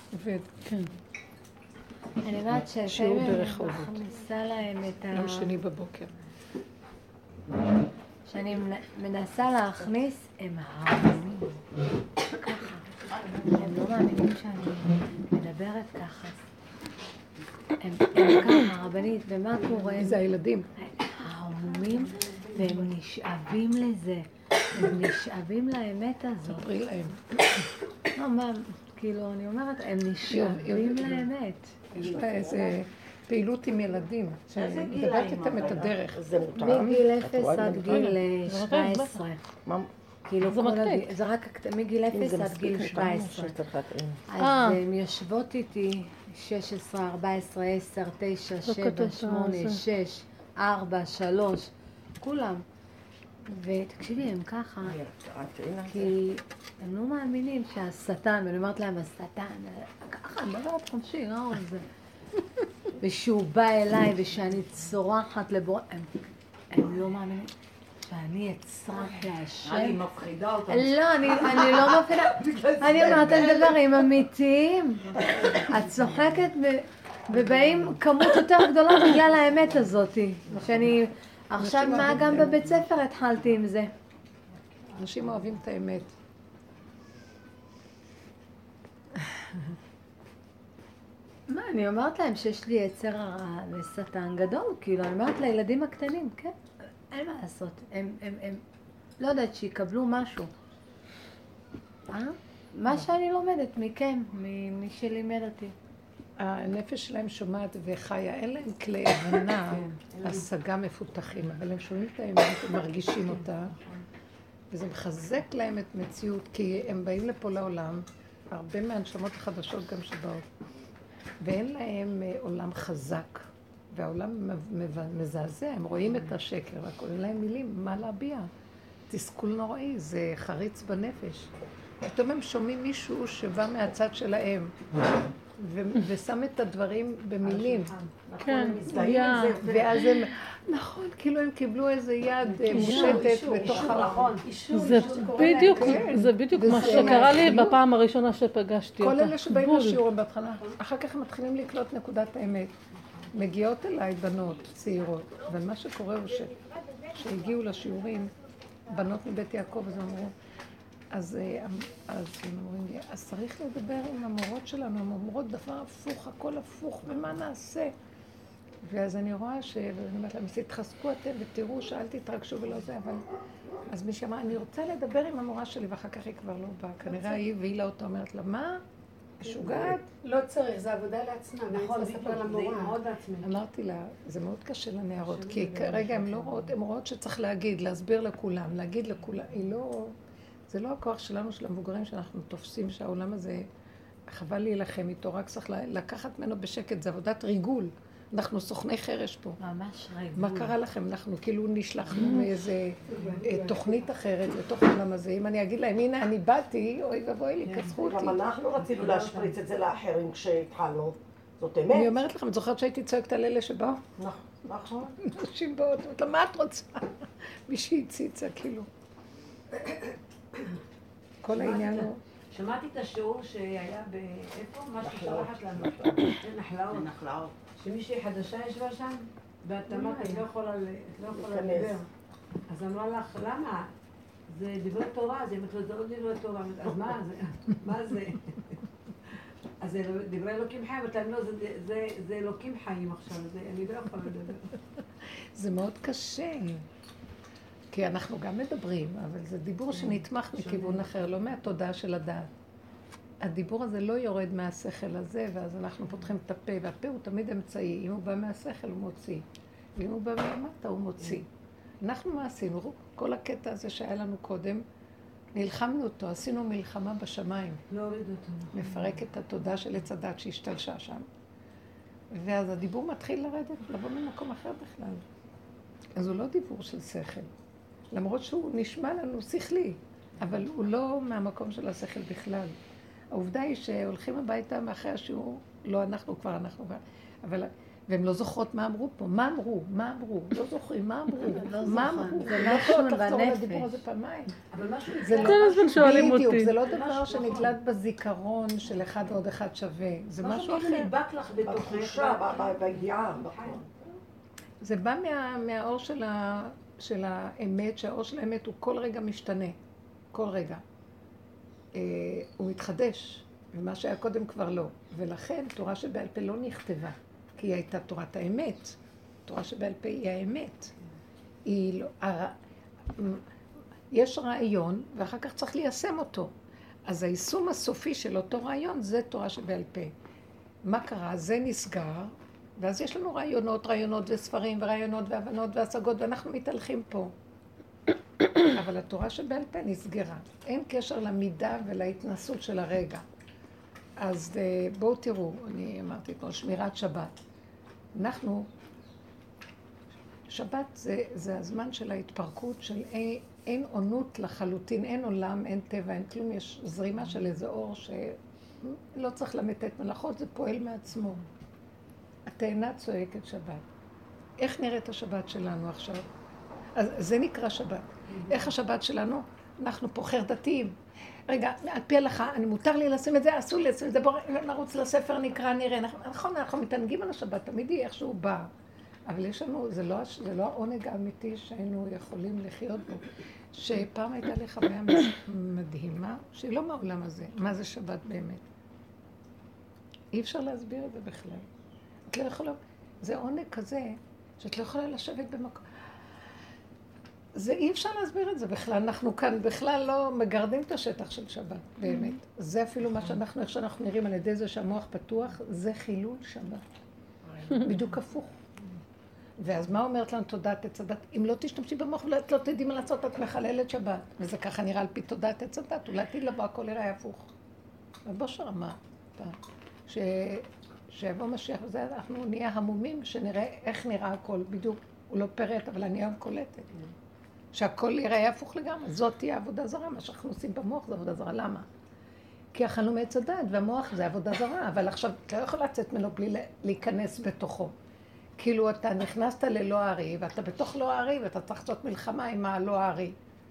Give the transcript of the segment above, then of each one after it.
עובד. כן. אני אומרת שיעור ברחובות. מכניסה להם את יום שני בבוקר. שאני מנסה להכניס, הם המונים. ככה. הם לא מאמינים שאני מדברת ככה. הם ככה, רבנית, ומה קורה? זה הילדים. ההמומים, והם נשאבים לזה. הם נשאבים לאמת הזאת. תפרי להם. לא, מה, כאילו, אני אומרת, הם נשאבים לאמת. יש לה איזה פעילות עם ילדים, שמדברת איתם את הדרך. מגיל 0 עד גיל 17. כאילו זה רק מגיל 0 עד גיל 17. אז הן יושבות איתי 16, 14, 10, 9, 7, 8, 6, 4, 3, כולם. ותקשיבי, הם ככה, כי הם לא מאמינים שהשטן, ואני אומרת להם, השטן, ככה, אני מדברת חופשי, לא זה. ושהוא בא אליי ושאני צורחת לבוא, הם לא מאמינים שאני אצרח להשם. אני מפחידה אותם. לא, אני לא מפחידה. אני אומרת, אתם דברים אמיתיים. את צוחקת ובאים כמות יותר גדולה בגלל האמת הזאת. שאני עכשיו מה גם בבית ספר התחלתי עם זה. אנשים אוהבים את האמת. מה, אני אומרת להם שיש לי יצר הרע ושטן גדול, כאילו, אני אומרת לילדים הקטנים, כן, אין מה לעשות, הם לא יודעת שיקבלו משהו. מה שאני לומדת מכם, ממי שלימד אותי. הנפש שלהם שומעת וחיה, אין להם כלי הבנה, השגה מפותחים, אבל הם שומעים את האמת, הם מרגישים אותה, וזה מחזק להם את מציאות, כי הם באים לפה לעולם, הרבה מהנשמות החדשות גם שבאות, ואין להם עולם חזק, והעולם מזעזע, הם רואים את השקר, רק אין להם מילים, מה להביע? תסכול נוראי, זה חריץ בנפש. פתאום הם שומעים מישהו שבא מהצד שלהם, ושם את הדברים במילים. כן, ואז הם, נכון, כאילו הם קיבלו איזה יד מושטת בתוך הרחון. זה בדיוק מה שקרה לי בפעם הראשונה שפגשתי אותה. כל אלה שבאים לשיעור בהתחלה, אחר כך הם מתחילים לקלוט נקודת האמת. מגיעות אליי בנות צעירות, ומה שקורה הוא שהגיעו לשיעורים, בנות מבית יעקב, אז אמרו, אז הם אומרים לי, אז צריך לדבר עם המורות שלנו, הן אומרות דבר הפוך, הכל הפוך, ומה נעשה? ואז אני רואה ואני אומרת להם, תתחזקו אתם ותראו, שאל תתרגשו ולא זה, אבל... אז מי שאמרה, אני רוצה לדבר עם המורה שלי, ואחר כך היא כבר לא באה. כנראה היא והיא לה אותה, אומרת לה, מה? משוגעת? לא צריך, זה עבודה לעצמה, נכון, לספר למורה. אמרתי לה, זה מאוד קשה לנערות, כי כרגע הן לא רואות, הן רואות שצריך להגיד, להסביר לכולם, להגיד לכולם, היא לא... זה לא הכוח שלנו, של המבוגרים, שאנחנו תופסים שהעולם הזה, חבל להילחם איתו, רק צריך לקחת ממנו בשקט, זה עבודת ריגול. אנחנו סוכני חרש פה. ממש ריגול. מה קרה לכם? אנחנו כאילו נשלחנו מאיזה תוכנית אחרת לתוך העולם הזה. אם אני אגיד להם, הנה אני באתי, אוי ובואי לי, כסחו אותי. גם אנחנו רצינו להשפריץ את זה לאחרים כשהתחלנו. זאת אמת. אני אומרת לכם, את זוכרת שהייתי צועקת על אלה שבאו? נכון. נשים באות, מה את רוצה? מישהי הציצה, כאילו. כל העניין הוא... שמעתי את השיעור שהיה באיפה? מה ששלחת לנו. נחלאות. שמישהי חדשה ישבה שם, ואת אמרת, את לא יכולה לדבר. אז אמרה לך, למה? זה דברי תורה, זה לא דברי תורה. אז מה זה? אז זה דברי אלוקים חיים, אבל לא, זה אלוקים חיים עכשיו, אני לא יכולה לדבר. זה מאוד קשה. כי אנחנו גם מדברים, אבל זה דיבור שנתמך מכיוון אחר, לא מהתודעה של הדעת. הדיבור הזה לא יורד מהשכל הזה, ואז אנחנו פותחים את הפה, והפה הוא תמיד אמצעי. אם הוא בא מהשכל הוא מוציא, ואם הוא בא מהמטה הוא מוציא. אנחנו מה עשינו? כל הקטע הזה שהיה לנו קודם, נלחמנו אותו, עשינו מלחמה בשמיים. לא הוריד אותו. מפרק את התודעה של עץ הדת שהשתלשה שם. ואז הדיבור מתחיל לרדת, לבוא ממקום אחר בכלל. אז הוא לא דיבור של שכל. למרות שהוא נשמע לנו שכלי, אבל הוא לא מהמקום של השכל בכלל. העובדה היא שהולכים הביתה מאחרי השיעור, לא אנחנו כבר, אבל והן לא זוכרות מה אמרו פה. מה אמרו? מה אמרו? לא זוכרים, מה אמרו? מה אמרו? זה משהו בנפש. זה פעמיים. אבל משהו זה כל הזמן שואלים בדיוק, אותי. זה לא דבר שנקלט בזיכרון של אחד ועוד אחד שווה. זה משהו אחר. נדבק לך בתוכך. בתחושה, בידיעה, נכון. זה בא מהאור של האמת, שהאור של האמת הוא כל רגע משתנה. כל רגע. הוא מתחדש, ומה שהיה קודם כבר לא. ולכן תורה שבעל פה לא נכתבה, כי היא הייתה תורת האמת. תורה שבעל פה היא האמת. היא לא, יש רעיון, ואחר כך צריך ליישם אותו. אז היישום הסופי של אותו רעיון זה תורה שבעל פה. מה קרה? זה נסגר, ואז יש לנו רעיונות וספרים ורעיונות והבנות והשגות, ואנחנו מתהלכים פה. אבל התורה שבעל פה נסגרה. אין קשר למידה ולהתנסות של הרגע. אז בואו תראו, אני אמרתי פה, שמירת שבת. אנחנו, שבת זה הזמן של ההתפרקות של אין עונות לחלוטין, אין עולם, אין טבע, אין כלום, יש זרימה של איזה אור שלא צריך למתת מלאכות, זה פועל מעצמו. התאנה צועקת שבת. איך נראית השבת שלנו עכשיו? אז זה נקרא שבת. איך השבת שלנו? אנחנו פה חרדתיים. רגע, על פי הלכה, אני מותר לי לשים את זה, אסור לי לשים את זה, בואו נרוץ לספר, נקרא, נראה. נכון, אנחנו מתענגים על השבת, תמיד היא איכשהו בא. אבל יש לנו, זה לא העונג האמיתי שהיינו יכולים לחיות בו. שפעם הייתה לי חוויה מדהימה, שהיא לא מהעולם הזה. מה זה שבת באמת? אי אפשר להסביר את זה בכלל. את לא יכולה, זה עונג כזה, שאת לא יכולה לשבת במקום. זה אי אפשר להסביר את זה בכלל. אנחנו כאן בכלל לא מגרדים את השטח של שבת, באמת. זה אפילו מה שאנחנו, איך שאנחנו נראים על ידי זה שהמוח פתוח, זה חילול שבת. בדיוק הפוך. ואז מה אומרת לנו תודעת עץ הדת? אם לא תשתמשי במוח ואת לא תדעי מה לעשות, את מחללת שבת. וזה ככה נראה על פי תודעת עץ הדת. אולי תגיד לבוא, הכל יראה הפוך. ובושר אמר, שיבוא משיח, וזה אנחנו נהיה המומים, שנראה איך נראה הכל. בדיוק, הוא לא פרט, אבל אני היום קולטת. שהכל יראה הפוך לגמרי. זאת תהיה עבודה זרה. מה שאנחנו עושים במוח זה עבודה זרה. למה? כי אכלנו מעץ הדת, והמוח זה עבודה זרה. אבל עכשיו, אתה לא יכול לצאת ממנו בלי להיכנס בתוכו. כאילו אתה נכנסת ללא הארי, ואתה בתוך לא הארי, ואתה צריך לעשות מלחמה עם הלא הארי.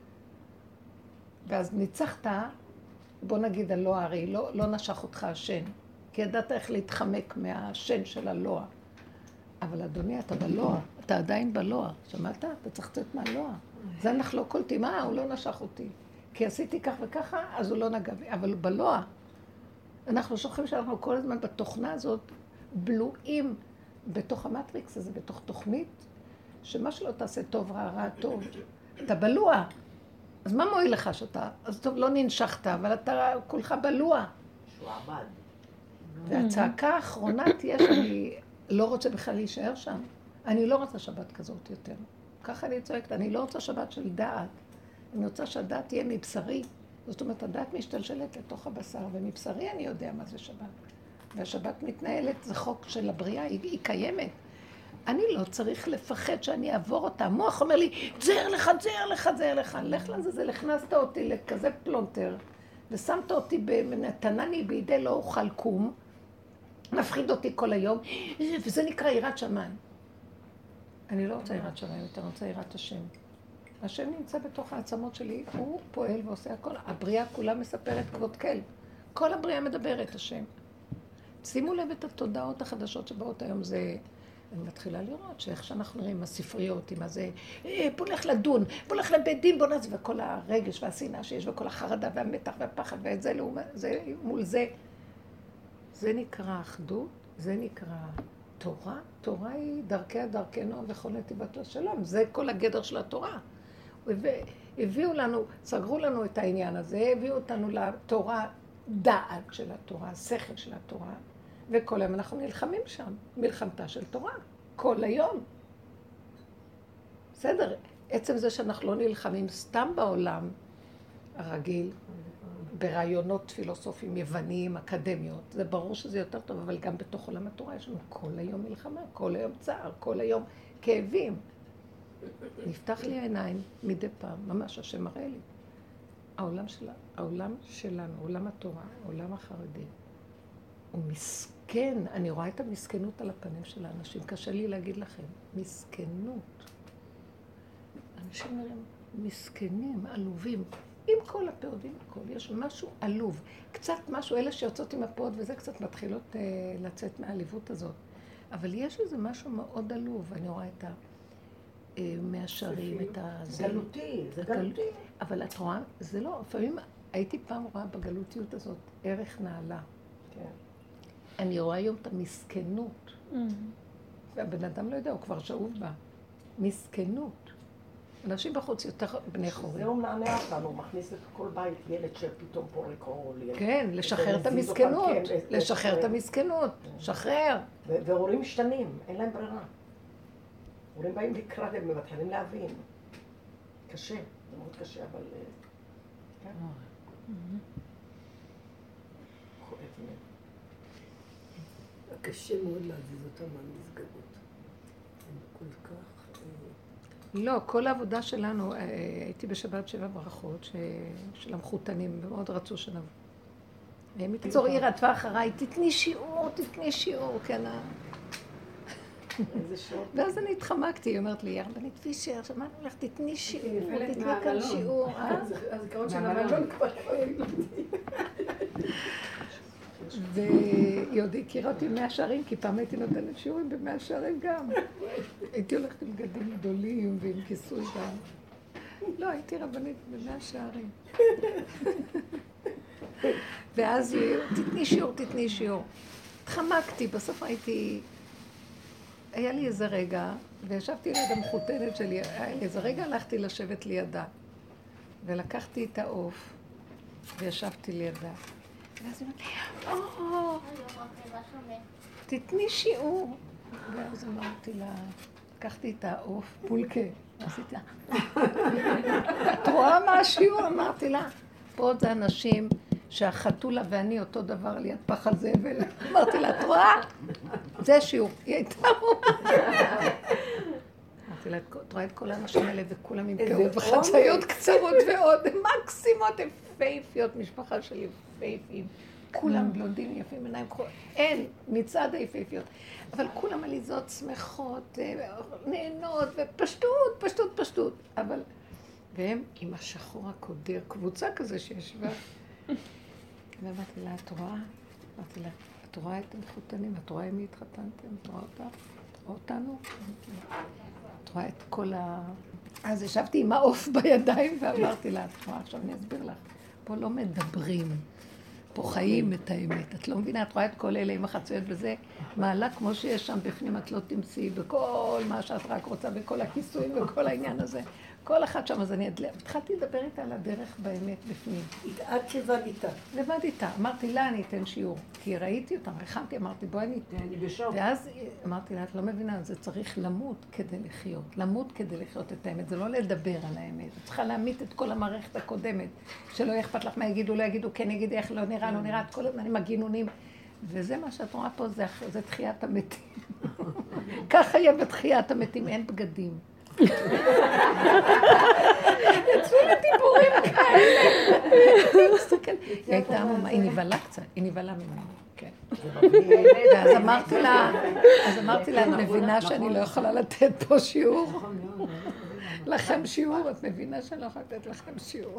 ואז ניצחת, בוא נגיד הלא הארי, לא נשך אותך השן, כי ידעת איך להתחמק מהשן של הלוע. אבל אדוני, אתה בלוע, אתה עדיין בלוע. שמעת? אתה צריך לצאת מהלוע. זה אנחנו לא קולטים, הוא לא נשך אותי. כי עשיתי כך וככה, אז הוא לא נגע בי, אבל הוא בלוע. אנחנו שוכחים שאנחנו כל הזמן בתוכנה הזאת בלועים, בתוך המטריקס הזה, בתוך תוכנית, שמה שלא תעשה טוב, רע טוב, אתה בלוע. אז מה מועיל לך שאתה? אז טוב, לא ננשכת, אבל אתה כולך בלוע. שהוא עבד. והצעקה האחרונה תהיה שאני לא רוצה בכלל להישאר שם. אני לא רוצה שבת כזאת יותר. ככה אני צועקת, אני לא רוצה שבת של דעת. אני רוצה שהדעת תהיה מבשרי. זאת אומרת, הדעת משתלשלת לתוך הבשר, ומבשרי אני יודע מה זה שבת. והשבת מתנהלת, זה חוק של הבריאה, היא קיימת. אני לא צריך לפחד שאני אעבור אותה. המוח אומר לי, תזהר לך, תזהר לך, תזהר לך. לך לזה, הכנסת אותי לכזה פלונטר, ושמת אותי בנתנני בידי לא אוכל קום, מפחיד אותי כל היום, וזה נקרא יראת שמיים. אני לא רוצה יראת שמיים יותר, אני רוצה יראת השם. השם נמצא בתוך העצמות שלי, הוא פועל ועושה הכל. הבריאה כולה מספרת כבוד כל. כל הבריאה מדברת השם. שימו לב את התודעות החדשות שבאות היום, זה... אני מתחילה לראות שאיך שאנחנו נראים הספריות, עם הזה, בוא נלך לדון, בוא נלך לבית דין, בוא נעזב, וכל הרגש והשנאה שיש, וכל החרדה והמתח והפחד, ואת זה, זה מול זה. זה נקרא אחדות, זה נקרא תורה. תורה היא דרכנו וכל נתיבתו שלום, זה כל הגדר של התורה. הביאו לנו, סגרו לנו את העניין הזה, הביאו אותנו לתורה, דעת של התורה, שכל של התורה, וכל היום אנחנו נלחמים שם, מלחמתה של תורה, כל היום. בסדר, עצם זה שאנחנו לא נלחמים סתם בעולם הרגיל, ברעיונות פילוסופיים יווניים, אקדמיות, זה ברור שזה יותר טוב, אבל גם בתוך עולם התורה יש לנו כל היום מלחמה, כל היום צער, כל היום כאבים. נפתח לי העיניים מדי פעם, ממש השם מראה לי. העולם שלנו, עולם התורה, עולם החרדי, הוא מסכן, אני רואה את המסכנות על הפנים של האנשים, קשה לי להגיד לכם, מסכנות. אנשים נראים מסכנים, עלובים, עם כל הפאות, עם הכל, יש משהו עלוב, קצת משהו, אלה שיוצאות עם הפאות וזה קצת מתחילות לצאת מהעליבות הזאת. אבל יש איזה משהו מאוד עלוב, אני רואה את מהשערים, את זה גלותי, זה גלותי. אבל את רואה, זה לא, לפעמים הייתי פעם רואה בגלותיות הזאת ערך נעלה. כן. אני רואה היום את המסכנות. והבן אדם לא יודע, הוא כבר שאוב בה. מסכנות. אנשים בחוץ יותר בני חורים. זהו מענה אותנו, הוא מכניס את כל בית ילד שפתאום פורק או ילד. כן, לשחרר את המסכנות. לשחרר את המסכנות. שחרר. והורים משתנים, אין להם ברירה. הורים באים לקראת, הם מתחילים להבין. קשה, זה מאוד קשה, אבל... כן. כואב מאוד. קשה מאוד להזיז אותם מהמסגרות. הם כל כך... לא, כל העבודה שלנו, הייתי בשבת 7 ברכות של המחותנים, ומאוד רצו שנבוא. והם יצור עיר עטפה אחריי, תתני שיעור, כן. ואז אני התחמקתי, היא אומרת לי, הרבנית פישר, שמענו לך, תתני כאן שיעור. הזיכרון של המלון כבר והיא עוד הכירה אותי במאה שערים, כי פעם הייתי נותנת שיעורים במאה שערים גם. הייתי הולכת עם בגדים גדולים ועם כיסוי גם. לא, הייתי רבנית במאה שערים. ואז היא, תתני שיעור. התחמקתי, בסוף היה לי איזה רגע, וישבתי ליד המחותנת שלי, איזה רגע הלכתי לשבת לידה, ולקחתי את העוף, וישבתי לידה. ואז היא אמרת לי, תתני שיעור. ואז אמרתי לה, לקחתי את העוף, פולקה, ועשיתי לה, את רואה מה השיעור? אמרתי לה, פה זה אנשים שהחתולה ואני אותו דבר ליד פח הזבל. אמרתי לה, את רואה? זה שיעור. היא הייתה אמרתי לה, את רואה את כל האנשים האלה וכולם עם פאות וחצאיות קצרות ועוד, מקסימות, יפהפיות, משפחה של יפהפיים. כולם בלונדינים יפים עיניים כחולות. אין, מצד היפהפיות. אבל כולם עליזות שמחות, נהנות ופשטות. אבל... והם עם השחור הקודר, קבוצה כזה שישבה. ואמרתי לה, את רואה? אמרתי לה, את רואה את המחותנים? את רואה עם מי התחתנתם? את רואה אותה? את רואה אותנו? את רואה את כל ה... אז ישבתי עם העוף בידיים ואמרתי לה, את רואה, עכשיו אני אסביר לך. פה לא מדברים, פה חיים את האמת. את לא מבינה, את רואה את כל אלה עם החצויות בזה, מעלה כמו שיש שם בפנים, את לא תמצאי בכל מה שאת רק רוצה, בכל הכיסויים וכל העניין הזה. כל אחת שם, אז אני התחלתי לדבר איתה על הדרך באמת בפנים. את לבד איתה. לבד איתה. אמרתי לה, אני אתן שיעור. כי ראיתי אותם, ריחמתי, אמרתי, בואי אני אתן. אני בשוק. ואז אמרתי לה, את לא מבינה, זה צריך למות כדי לחיות. למות כדי לחיות את האמת. זה לא לדבר על האמת. את צריכה להמית את כל המערכת הקודמת. שלא יהיה אכפת לך מה יגידו, לא יגידו, כן יגיד, איך לא נראה, את כל הזמן עם הגינונים. וזה מה שאת רואה פה, זה תחיית המתים. ככה יהיה בתחיית המתים, אין בגדים. יצאו לדיבורים כאלה. היא הייתה עמומה, היא נבלה קצת, היא נבלה ממנו, כן. ואז אמרתי לה, את מבינה שאני לא יכולה לתת פה שיעור? לכם שיעור, את מבינה שאני לא יכולה לתת לכם שיעור?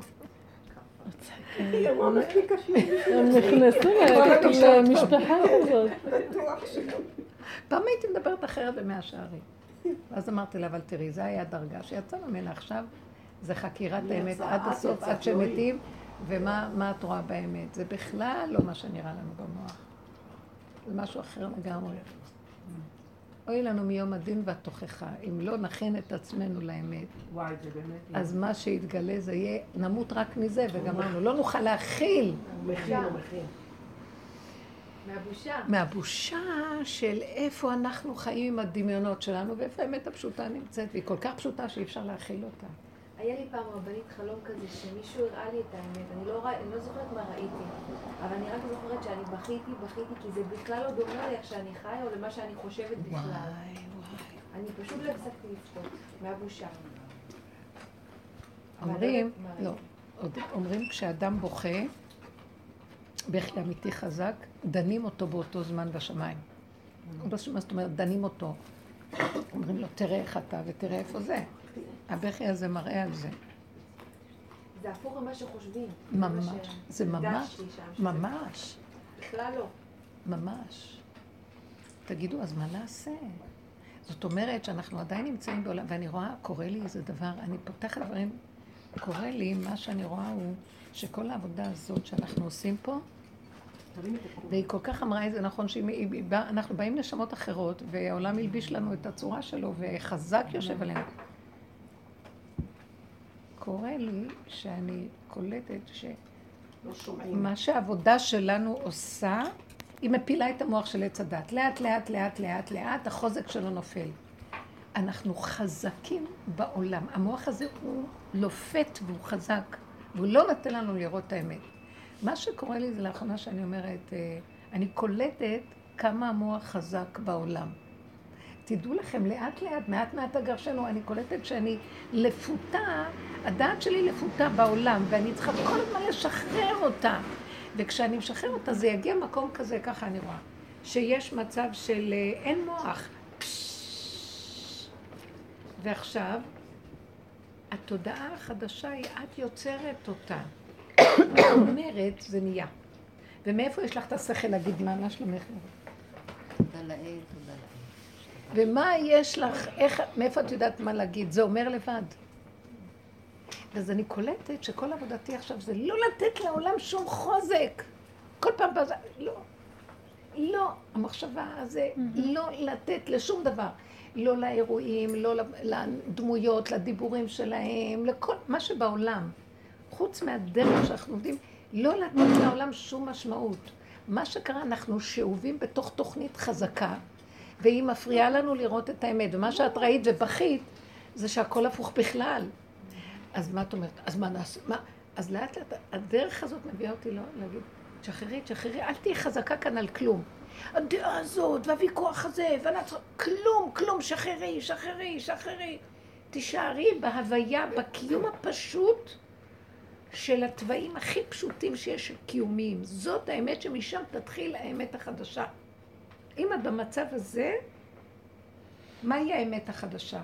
הם נכנסו למשפחה הזאת. פעם הייתי מדברת אחרת במאה שערים. ואז אמרתי לה, אבל תראי, זה היה דרגה שיצא ממנה עכשיו, זה חקירת האמת עד הסוף, עד שמתים, ומה את רואה באמת. זה בכלל לא מה שנראה לנו במוח. זה משהו אחר לגמרי. אוי לנו מיום הדין והתוכחה, אם לא נכין את עצמנו לאמת. וואי, זה באמת... אז מה שיתגלה זה יהיה, נמות רק מזה, וגמרנו, לא נוכל להכיל. מכין. מהבושה של איפה אנחנו חיים עם הדמיונות שלנו, ואיפה האמת הפשוטה נמצאת, והיא כל כך פשוטה שאי אפשר להכיל אותה. היה לי פעם רבנית חלום כזה שמישהו הראה לי את האמת, אני לא זוכרת מה ראיתי, אבל אני רק זוכרת שאני בכיתי, כי זה בכלל לא דומה לי איך שאני חיה או למה שאני חושבת בכלל. אני פשוט לא הפסקתי לבכות, מהבושה. אומרים כשאדם בוכה, בכי אמיתי חזק, דנים אותו באותו זמן בשמיים. מה זאת אומרת, דנים אותו. אומרים לו, תראה איך אתה ותראה איפה זה. הבכי הזה מראה על זה. זה הפוך ממה שחושבים. ממש, זה ממש, ממש. בכלל לא. ממש. תגידו, אז מה נעשה? זאת אומרת שאנחנו עדיין נמצאים בעולם, ואני רואה, קורה לי איזה דבר, אני פותחת דברים, קורה לי, מה שאני רואה הוא שכל העבודה הזאת שאנחנו עושים פה, והיא כל כך אמרה את זה נכון, שאנחנו באים לשמות אחרות, והעולם ילביש לנו את הצורה שלו, וחזק יושב עלינו. קורה לי שאני קולטת שמה שהעבודה שלנו עושה, היא מפילה את המוח של עץ הדת. לאט, לאט, לאט, לאט, לאט, החוזק שלו נופל. אנחנו חזקים בעולם. המוח הזה הוא לופת והוא חזק, והוא לא נותן לנו לראות את האמת. מה שקורה לי זה לאחרונה שאני אומרת, אני קולטת כמה המוח חזק בעולם. תדעו לכם, לאט לאט, מעט מעט הגרשנו, אני קולטת שאני לפותה, הדעת שלי לפותה בעולם, ואני צריכה כל הזמן לשחרר אותה. וכשאני משחרר אותה, זה יגיע מקום כזה, ככה אני רואה, שיש מצב של אין מוח. ועכשיו, התודעה החדשה היא, את יוצרת אותה. את אומרת, זה נהיה. ומאיפה יש לך את השכל להגיד מה שלומך? תודה לאל, תודה לאל. ומה יש לך, מאיפה את יודעת מה להגיד? זה אומר לבד. אז אני קולטת שכל עבודתי עכשיו זה לא לתת לעולם שום חוזק. כל פעם בזה, לא, המחשבה הזה, לא לתת לשום דבר. לא לאירועים, לא לדמויות, לדיבורים שלהם, לכל מה שבעולם. חוץ מהדרך שאנחנו עובדים, לא לתת לעולם שום משמעות. מה שקרה, אנחנו שאובים בתוך תוכנית חזקה, והיא מפריעה לנו לראות את האמת. ומה שאת ראית ובכית, זה שהכל הפוך בכלל. אז מה את אומרת? אז מה נעשה? אז לאט לאט, הדרך הזאת מביאה אותי לא להגיד, תשחררי, אל תהי חזקה כאן על כלום. הדעה הזאת, והוויכוח הזה, כלום, שחררי. תישארי בהוויה, בקיום הפשוט של הטבעים הכי פשוטים שיש קיומיים. זאת האמת שמשם תתחיל האמת החדשה. אם את במצב הזה, מהי האמת החדשה?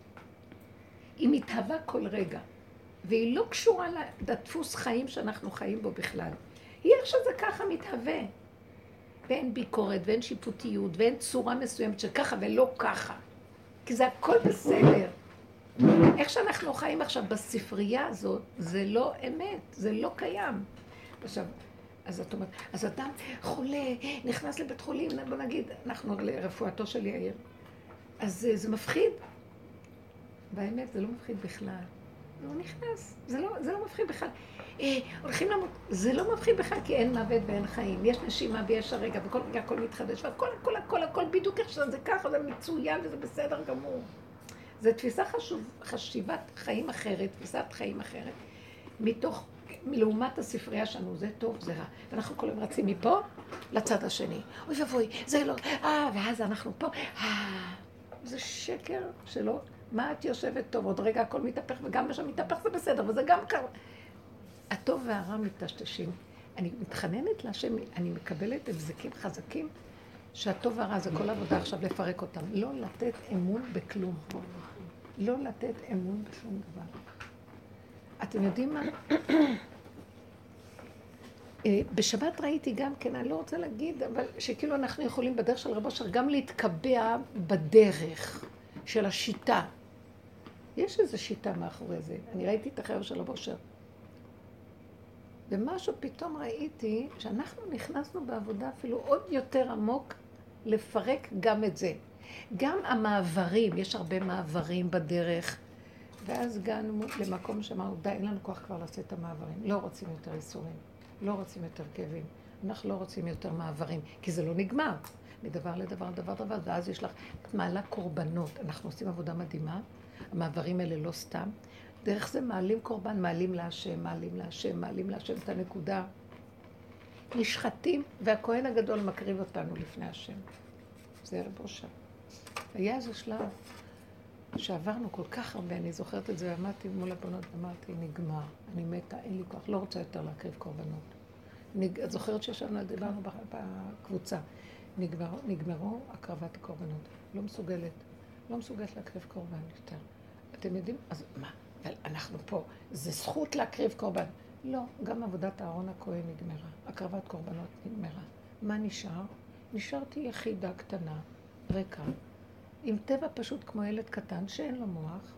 היא מתהווה כל רגע, והיא לא קשורה לדפוס חיים שאנחנו חיים בו בכלל. היא עכשיו זה ככה מתהווה. ואין ביקורת, ואין שיפוטיות, ואין צורה מסוימת שככה ולא ככה. כי זה הכל בסדר. איך שאנחנו חיים עכשיו בספרייה הזאת, זה לא אמת, זה לא קיים. עכשיו, אז את אומרת, אז אדם חולה, נכנס לבית חולים, בוא נגיד, אנחנו לרפואתו של יאיר. אז זה מפחיד. באמת, זה לא מפחיד בכלל. הוא נכנס, זה לא מפחיד בכלל. הולכים למות, זה לא מפחיד בכלל, כי אין מוות ואין חיים. יש נשימה ויש הרגע, וכל רגע הכל מתחדש, והכל בדיוק איך שזה ככה, זה מצוין וזה בסדר גמור. זו תפיסה חשיבת חיים אחרת, תפיסת חיים אחרת, מלעומת הספרייה שלנו, זה טוב, זה רע. ואנחנו כל הזמן רצים מפה לצד השני. אוי ובוי, זה לא, ואז אנחנו פה, זה שקר שלא. מה את יושבת טוב? עוד רגע הכל מתהפך, וגם מה שמתהפך זה בסדר, וזה גם קרה. הטוב והרע מטשטשים. אני מתחננת להשם, אני מקבלת הבזקים חזקים, שהטוב והרע זה כל עבודה עכשיו לפרק אותם. לא לתת אמון בכלום. לא לתת אמון בשום דבר. אתם יודעים מה? בשבת ראיתי גם כן, אני לא רוצה להגיד, אבל שכאילו אנחנו יכולים בדרך של רב אושר גם להתקבע בדרך של השיטה. יש איזו שיטה מאחורי זה. אני ראיתי את החבר של רב אושר. ומשהו פתאום ראיתי שאנחנו נכנסנו בעבודה אפילו עוד יותר עמוק לפרק גם את זה. גם המעברים, יש הרבה מעברים בדרך, ואז הגענו למקום שאמרנו, די, אין לנו כוח כבר לעשות את המעברים. לא רוצים יותר איסורים, לא רוצים יותר כאבים, אנחנו לא רוצים יותר מעברים, כי זה לא נגמר. מדבר לדבר, דבר, ואז יש לך, את מעלה קורבנות. אנחנו עושים עבודה מדהימה, המעברים האלה לא סתם. דרך זה מעלים קורבן, מעלים להשם את הנקודה. נשחטים, והכהן הגדול מקריב אותנו לפני השם. זה רב אושר. היה איזה שלב שעברנו כל כך הרבה, אני זוכרת את זה, עמדתי מול הבנות, אמרתי, נגמר, אני מתה, אין לי כוח, לא רוצה יותר להקריב קורבנות. את זוכרת שישבנו על דיברנו בקבוצה. נגמרו הקרבת הקורבנות. לא מסוגלת להקריב קורבן יותר. אתם יודעים? אז מה? אנחנו פה. זה זכות להקריב קורבן. לא, גם עבודת אהרון הכהן נגמרה. הקרבת קורבנות נגמרה. מה נשאר? נשארתי יחידה קטנה, ריקה, עם טבע פשוט כמו ילד קטן שאין לו מוח.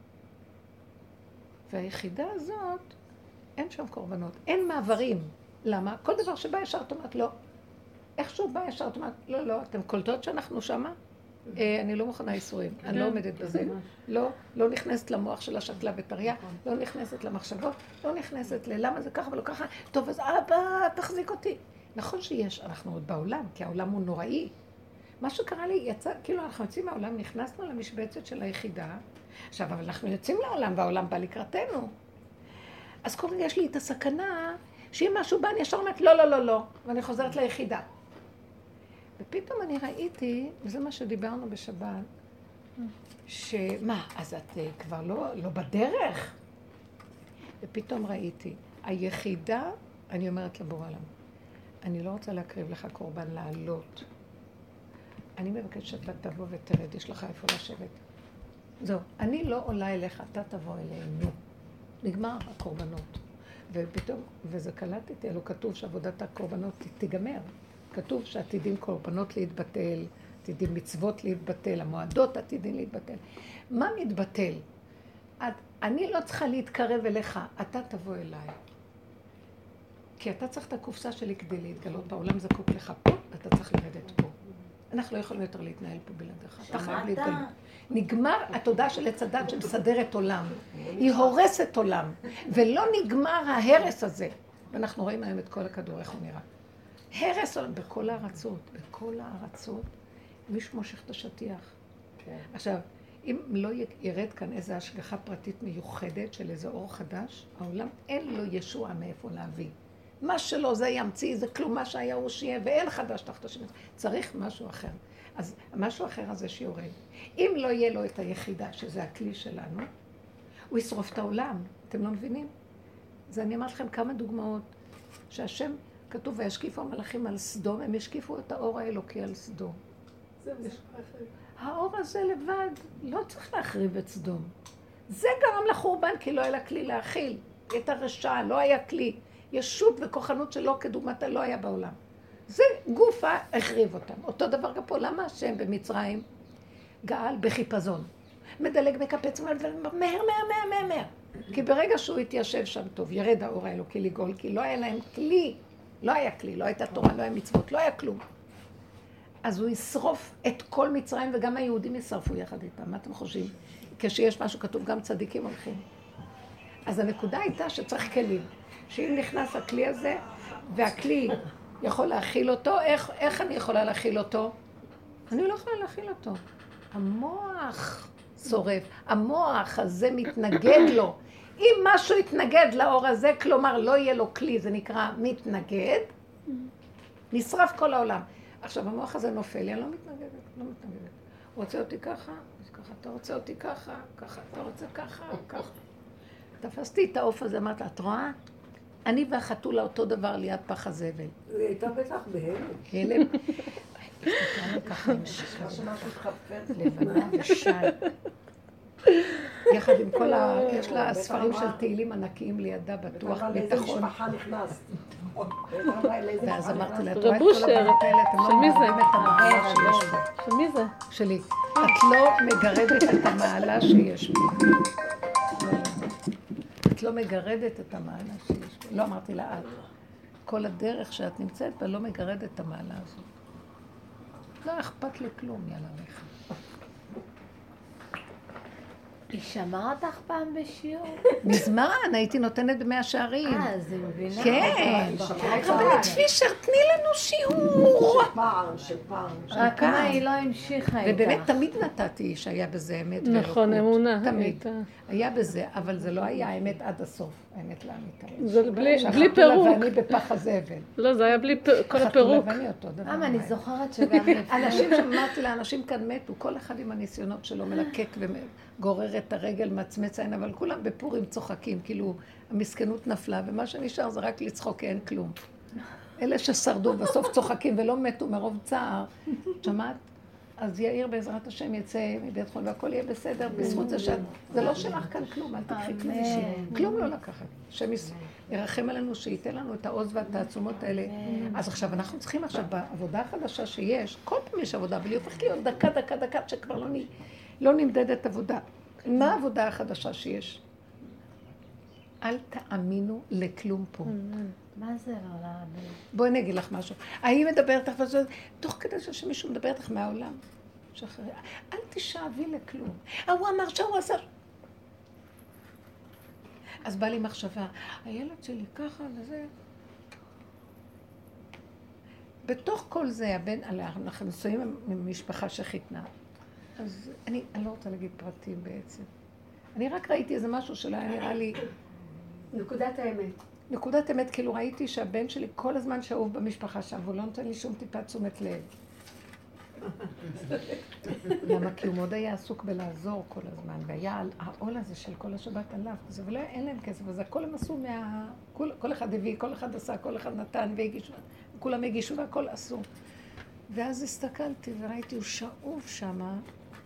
והיחידה הזאת, אין שם קורבנות, אין מעברים. למה? כל דבר שבא ישר את אומרת, לא. איכשהו בא ישר את אומרת, לא, אתם קולטות שאנחנו שמה? אני לא מוכנה איסורים, אני לא עומדת בזה. לא נכנסת למוח של השקלה וטריה, לא נכנסת למחשבות, לא נכנסת ללמה זה ככה ולא ככה. טוב, אז אבא, תחזיק אותי. נכון שיש, אנחנו עוד בעולם, כי העולם הוא נוראי. מה שקרה לי, כאילו אנחנו יוצאים מהעולם, נכנסנו למשבצת של היחידה. עכשיו, אבל אנחנו יוצאים לעולם, והעולם בא לקראתנו. אז כל רגע יש לי את הסכנה, שאם משהו בא, אני ישר אומרת, לא, ואני חוזרת ליחידה. ופתאום אני ראיתי, וזה מה שדיברנו בשבת, שמה, אז את כבר לא בדרך? ופתאום ראיתי, היחידה, אני אומרת לבורא עולם, אני לא רוצה להקריב לך קורבן לעלות. אני מבקש שאתה תבוא ותרד, יש לך איפה לשבת. זהו, אני לא עולה אליך, אתה תבוא אלינו. נגמר הקורבנות. ופתאום, וזה קלטתי, אלו כתוב שעבודת הקורבנות תיגמר. כתוב שעתידים קורבנות להתבטל, עתידים מצוות להתבטל, המועדות עתידים להתבטל. מה מתבטל? אני לא צריכה להתקרב אליך, אתה תבוא אליי. כי אתה צריך את הקופסה שלי כדי להתגלות. העולם זקוק לך פה, ואתה צריך לרדת פה. אנחנו לא יכולים יותר להתנהל פה בלעדיך. אתה חייב להתגלות. נגמר התודעה של עץ הדת שמסדרת עולם. היא הורסת עולם. ולא נגמר ההרס הזה. ואנחנו רואים היום את כל הכדור, איך הוא נראה. הרס עולם בכל הארצות, מישהו מושך את השטיח. עכשיו, אם לא ירד כאן איזו השגחה פרטית מיוחדת של איזה אור חדש, העולם אין לו ישוע מאיפה להביא. מה שלא זה ימציא, זה כלום, מה שהיה הוא שיהיה, ואין חדש תחת השמש. צריך משהו אחר. אז המשהו אחר הזה שיורד. אם לא יהיה לו את היחידה, שזה הכלי שלנו, הוא ישרוף את העולם. אתם לא מבינים? אז אני אמרת לכם כמה דוגמאות שהשם כתוב, וישקיפו המלאכים על סדום, הם ישקיפו את האור האלוקי על סדום. האור הזה לבד לא צריך להחריב את סדום. זה גרם לחורבן, כי לא היה לה כלי להכיל. את הרשעה, לא היה כלי. ישות וכוחנות שלא כדוגמתה לא היה בעולם. זה גופה החריב אותם. אותו דבר גם פה, למה השם במצרים גאל בחיפזון? מדלג, מקפץ, מהר. כי ברגע שהוא התיישב שם טוב, ירד האור האלוקי לגאול, כי לא היה להם כלי. לא היה כלי, לא הייתה תורה, לא היה מצוות, לא היה כלום. אז הוא ישרוף את כל מצרים, וגם היהודים ישרפו יחד איתם. מה אתם חושבים? כשיש משהו כתוב, גם צדיקים הולכים. אז הנקודה הייתה שצריך כלים. שאם נכנס הכלי הזה, והכלי יכול להכיל אותו, איך אני יכולה להכיל אותו? אני לא יכולה להכיל אותו. המוח שורף, המוח הזה מתנגד לו. אם משהו יתנגד לאור הזה, כלומר לא יהיה לו כלי, זה נקרא מתנגד, נשרף כל העולם. עכשיו המוח הזה נופל לי, אני לא מתנגדת. רוצה אותי ככה, אז ככה, אתה רוצה אותי ככה, ככה, אתה רוצה ככה, ככה. תפסתי את העוף הזה, אמרת, את רואה? אני והחתולה אותו דבר ליד פח הזבל. היא הייתה בטח בהלם. הלם? הסתכלנו ככה עם שקר, לבנה ושי. יחד עם כל יש לה ספרים של תהילים ענקיים לידה, בטוח, ביטחון. ואז אמרתי לה, את רואה את כל הבנות האלה, אתם לא מגרדים את המעלה שיש בי. של מי זה? שלי. את לא מגרדת את המעלה שיש בי. את לא מגרדת את המעלה שיש בי. לא אמרתי לה, את. כל הדרך שאת נמצאת בה לא מגרדת את המעלה הזאת. לא אכפת לי כלום, יאללה לך. היא שמעה אותך פעם בשיעור? מזמן, הייתי נותנת במאה שערים. זה מבינה. כן. רבנית פישר, תני לנו שיעור. שפעם. רק מה היא לא המשיכה איתך. ובאמת תמיד נתתי שהיה בזה אמת ואלוקות. נכון, אמונה. תמיד. היה בזה, אבל זה לא היה האמת עד הסוף. האמת לאמיתה. זה בלי פירוק. ואני בפח הזבל. לא, זה היה בלי כל הפירוק. ואני אותו דבר. אני זוכרת שגם אנשים שאמרתי לאנשים כאן מתו, כל אחד עם הניסיונות שלו מלקק וגורר את הרגל, מצמץ עין, אבל כולם בפורים צוחקים, כאילו המסכנות נפלה, ומה שנשאר זה רק לצחוק, כי אין כלום. אלה ששרדו בסוף צוחקים ולא מתו מרוב צער. שמעת? אז יאיר בעזרת השם יצא מבית חולים והכל יהיה בסדר בזכות זה זה לא שלך כאן כלום, אל תקחי כלום אישי. כלום לא לקחת. השם ירחם עלינו שייתן לנו את העוז והתעצומות האלה. אז עכשיו אנחנו צריכים עכשיו בעבודה החדשה שיש, כל פעם יש עבודה, אבל היא הופכת להיות דקה שכבר לא נמדדת עבודה. מה העבודה החדשה שיש? אל תאמינו לכלום פה. מה זה לא להאמין? בואי אני אגיד לך משהו. היא מדברת לך, תוך כדי שמישהו מדבר לך מהעולם. אל תשאבי לכלום. הוא אמר שהוא עשה. אז בא לי מחשבה, הילד שלי ככה וזה. בתוך כל זה, אנחנו נשואים ממשפחה שחיתנה. אז אני לא רוצה להגיד פרטים בעצם. אני רק ראיתי איזה משהו שלא היה נראה לי... נקודת האמת. נקודת האמת, כאילו ראיתי שהבן שלי כל הזמן שאהוב במשפחה שם, והוא לא נותן לי שום טיפה תשומת לב. למה? כי הוא מאוד היה עסוק בלעזור כל הזמן, והיה העול הזה של כל השבת עליו, אבל אין להם כסף, אז הכל הם עשו כל אחד הביא, כל אחד עשה, כל אחד נתן והגישו, כולם הגישו והכל עשו. ואז הסתכלתי וראיתי, הוא שאוב שמה,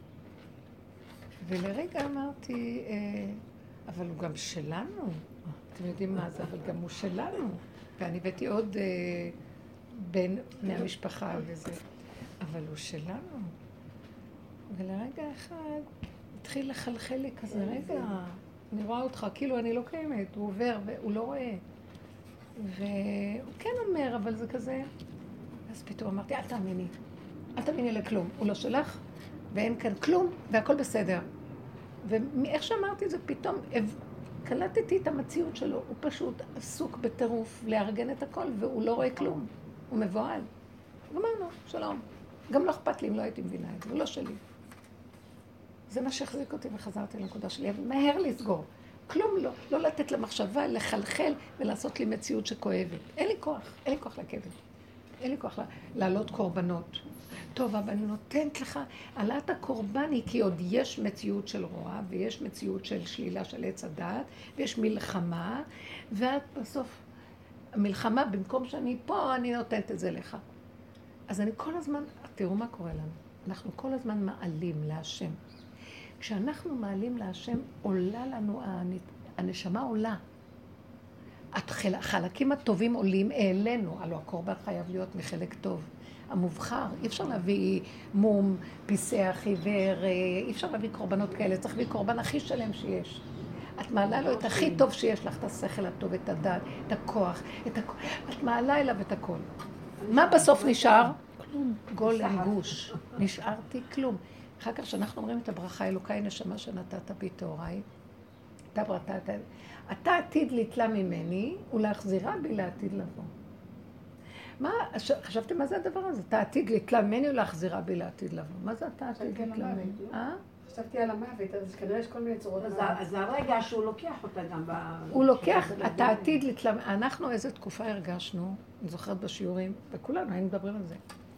ולרגע אמרתי, אבל הוא גם שלנו. אתם יודעים מה זה, אבל גם הוא שלנו. ואני הבאתי עוד בן מהמשפחה וזה. אבל הוא שלנו. ולרגע אחד התחיל לחלחל לי כזה, רגע, אני רואה אותך, כאילו אני לא קיימת, הוא עובר והוא לא רואה. והוא כן אומר, אבל זה כזה... אז פתאום אמרתי, אל תאמיני לכלום. הוא לא שלך, ואין כאן כלום, והכל בסדר. ואיך שאמרתי את זה, פתאום קלטתי את המציאות שלו. הוא פשוט עסוק בטירוף לארגן את הכל, והוא לא רואה כלום. הוא מבועל. גמרנו, שלום. גם לא אכפת לי אם לא הייתי מבינה את זה, הוא לא שלי. זה מה שהחזיק אותי וחזרתי לנקודה שלי, אבל מהר לסגור. כלום לא לתת למחשבה, לחלחל ולעשות לי מציאות שכואבת. אין לי כוח לכאב. אין לי כוח לעלות קורבנות. טוב, אבל אני נותנת לך, עלת הקורבן היא כי עוד יש מציאות של רוע, ויש מציאות של שלילה של עץ הדעת, ויש מלחמה, ואת בסוף, המלחמה, במקום שאני פה, אני נותנת את זה לך. אז אני כל הזמן, תראו מה קורה לנו. אנחנו כל הזמן מעלים להשם. כשאנחנו מעלים להשם, עולה לנו, הנשמה עולה. החלקים הטובים עולים אלינו, הלוא הקורבן חייב להיות מחלק טוב. המובחר, אי אפשר להביא מום, פיסח, עיוור, אי אפשר להביא קורבנות כאלה, צריך להביא קורבן הכי שלם שיש. את מעלה לו את הכי טוב שיש לך, את השכל הטוב, את הדעת, את הכוח, את מעלה אליו את הכל. מה בסוף נשאר? כלום. גולם גוש. נשארתי כלום. אחר כך שאנחנו אומרים את הברכה, אלוקיי נשמה שנתת בי תאוריי, אתה עתיד לתלה ממני ולהחזירה בי לעתיד לבוא. מה, חשבתם מה זה הדבר הזה? אתה עתיד לתלה ממני ולהחזירה בי לעתיד לבוא. מה זה אתה עתיד לתלה ממני? חשבתי על המוות, אז כנראה יש כל מיני צורות. אז הרגע שהוא לוקח אותה גם הוא לוקח, אתה עתיד לתלה, אנחנו איזה תקופה הרגשנו, אני זוכרת בשיעורים, וכולנו היינו מדברים על זה.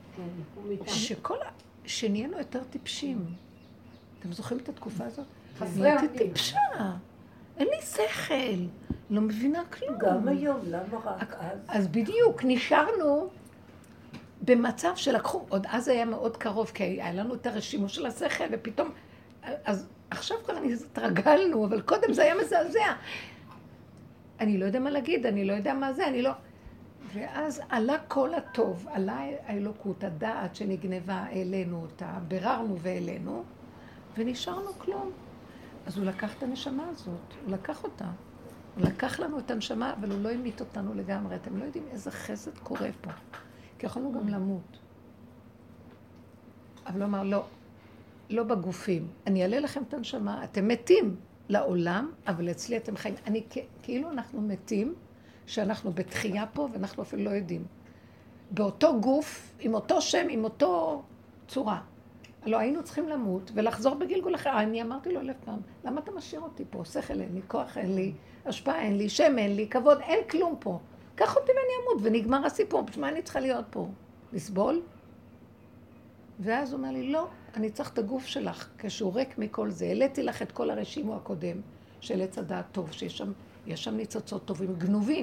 שנהיינו יותר טיפשים. אתם זוכרים את התקופה הזאת? נהייתי טיפשה. אין לי שכל. לא מבינה כלום. גם היום, למה רק אז? אז בדיוק, נשארנו במצב שלקחו, עוד אז היה מאוד קרוב, כי היה לנו את הרשימו של השכל, ופתאום, אז עכשיו כבר התרגלנו, אבל קודם זה היה מזעזע. אני לא יודע מה להגיד, אני לא יודע מה זה, אני לא... ואז עלה כל הטוב, עלה האלוקות, הדעת שנגנבה, אלינו אותה, בררנו ואלינו, ונשארנו כלום. אז הוא לקח את הנשמה הזאת, הוא לקח אותה. הוא לקח לנו את הנשמה, אבל הוא לא המיט אותנו לגמרי. אתם לא יודעים איזה חסד קורה פה. כי יכולנו גם למות. אבל הוא אמר, לא בגופים. אני אעלה לכם את הנשמה, אתם מתים לעולם, אבל אצלי אתם חיים. כאילו אנחנו מתים, שאנחנו בתחייה פה, ואנחנו אפילו לא יודעים. באותו גוף, עם אותו שם, עם אותו צורה. לא היינו צריכים למות ולחזור בגלגול אחר. אני אמרתי לו 1000 פעם, למה אתה משאיר אותי פה? שכל אין לי, כוח אין לי, השפעה אין לי, שם אין לי, כבוד, אין כלום פה. קח אותי ואני אמות ונגמר הסיפור. בשביל אני צריכה להיות פה? לסבול? ואז הוא אומר לי, לא, אני צריך את הגוף שלך, כשהוא ריק מכל זה. העליתי לך את כל הרשימו הקודם של עץ הדעת טוב, שיש שם ניצוצות טובים, גנובים.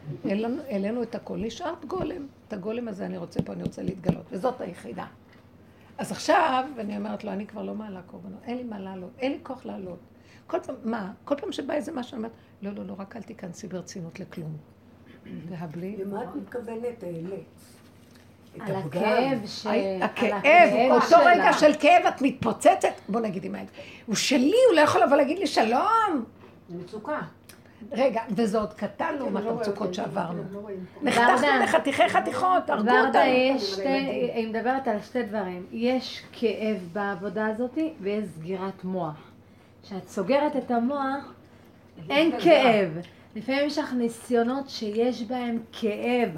העלינו את הכל, נשארת גולם. את הגולם הזה אני רוצה פה, אני רוצה להתגלות, וזאת היחידה. אז עכשיו, אני אומרת לו, אני כבר לא מעלה קורבנות, אין לי מה לעלות, אין לי כוח לעלות. כל פעם, מה? כל פעם שבא איזה משהו, אני אומרת, לא, רק אל תיכנסי ברצינות לכלום. והבלי... למה את מתכוונת, העלית? על הכאב הכאב, אותו רגע של כאב את מתפוצצת, בוא נגיד עם האלה, הוא שלי, הוא לא יכול לבוא להגיד לי שלום. זה מצוקה. רגע, וזה עוד קטן לעומת המצוקות שעברנו. נחתכנו לחתיכי חתיכות, הרגו אותנו. היא מדברת על שתי דברים. יש כאב בעבודה הזאת ויש סגירת מוח. כשאת סוגרת את המוח, אין כאב. לפעמים יש לך ניסיונות שיש בהם כאב.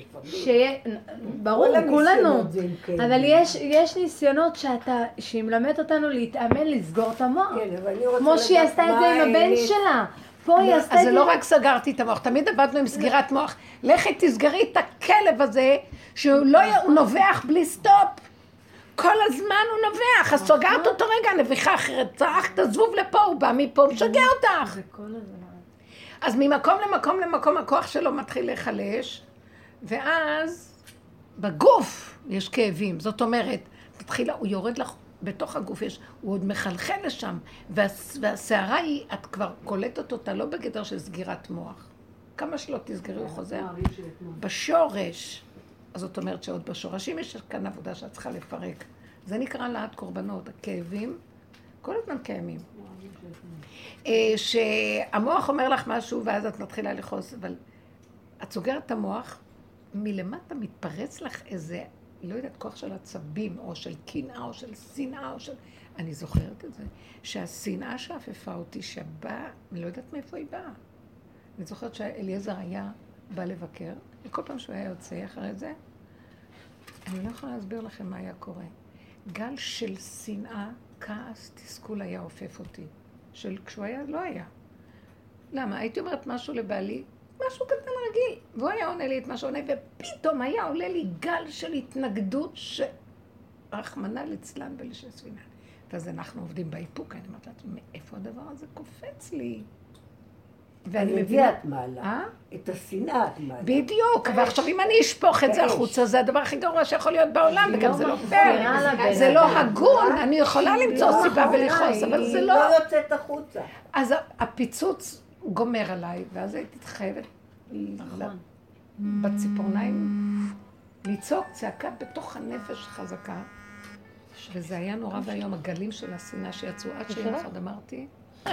ברור, כולנו. אבל יש ניסיונות שהיא מלמדת אותנו להתאמן, לסגור את המוח. כמו שהיא עשתה את זה עם הבן שלה. אז זה לא רק סגרתי את המוח, תמיד עבדנו עם סגירת מוח. לכי תסגרי את הכלב הזה, שהוא נובח בלי סטופ. כל הזמן הוא נובח, אז סגרת אותו רגע, נביחה אחרת, צרחת, תזבוב לפה, הוא בא מפה, משגע אותך. אז ממקום למקום הכוח שלו מתחיל להיחלש, ואז בגוף יש כאבים. זאת אומרת, הוא יורד לך בתוך הגוף, הוא עוד מחלחל לשם, והשערה היא, את כבר קולטת אותה לא בגדר של סגירת מוח. כמה שלא תסגרי, הוא חוזר. בשורש. אז זאת אומרת שעוד בשורשים יש כאן עבודה שאת צריכה לפרק. זה נקרא להט קורבנות. הכאבים כל הזמן קיימים. שהמוח אומר לך משהו ואז את מתחילה לחוס, אבל את סוגרת את המוח, מלמטה מתפרץ לך איזה, לא יודעת, כוח של עצבים או של קנאה או של שנאה או של... אני זוכרת את זה, שהשנאה שאפפה אותי שבאה, אני לא יודעת מאיפה היא באה. אני זוכרת שאליעזר היה בא לבקר, וכל פעם שהוא היה יוצא אחרי זה, אני לא יכולה להסביר לכם מה היה קורה. גל של שנאה, כעס, תסכול היה עופף אותי. כשהוא היה, לא היה. למה? הייתי אומרת משהו לבעלי, משהו קטן רגיל, והוא היה עונה לי את מה שעונה, ופתאום היה עולה לי גל של התנגדות שרחמנה לצלן ולשספינה. ואז אנחנו עובדים באיפוק, אני אומרת, מאיפה הדבר הזה קופץ לי? ואני מביאה את מעלה, את השנאה את מעלה. בדיוק, ועכשיו אם אני אשפוך את זה החוצה, זה הדבר הכי גרוע שיכול להיות בעולם, וגם זה לא פייר, זה לא הגון, אני יכולה למצוא סיבה ולכעוס, אבל זה לא... היא לא יוצאת החוצה. אז הפיצוץ גומר עליי, ואז הייתי חייבת בציפורניים לצעוק צעקה בתוך הנפש חזקה, וזה היה נורא והיום, הגלים של השנאה שיצאו, עד שיום אחד אמרתי,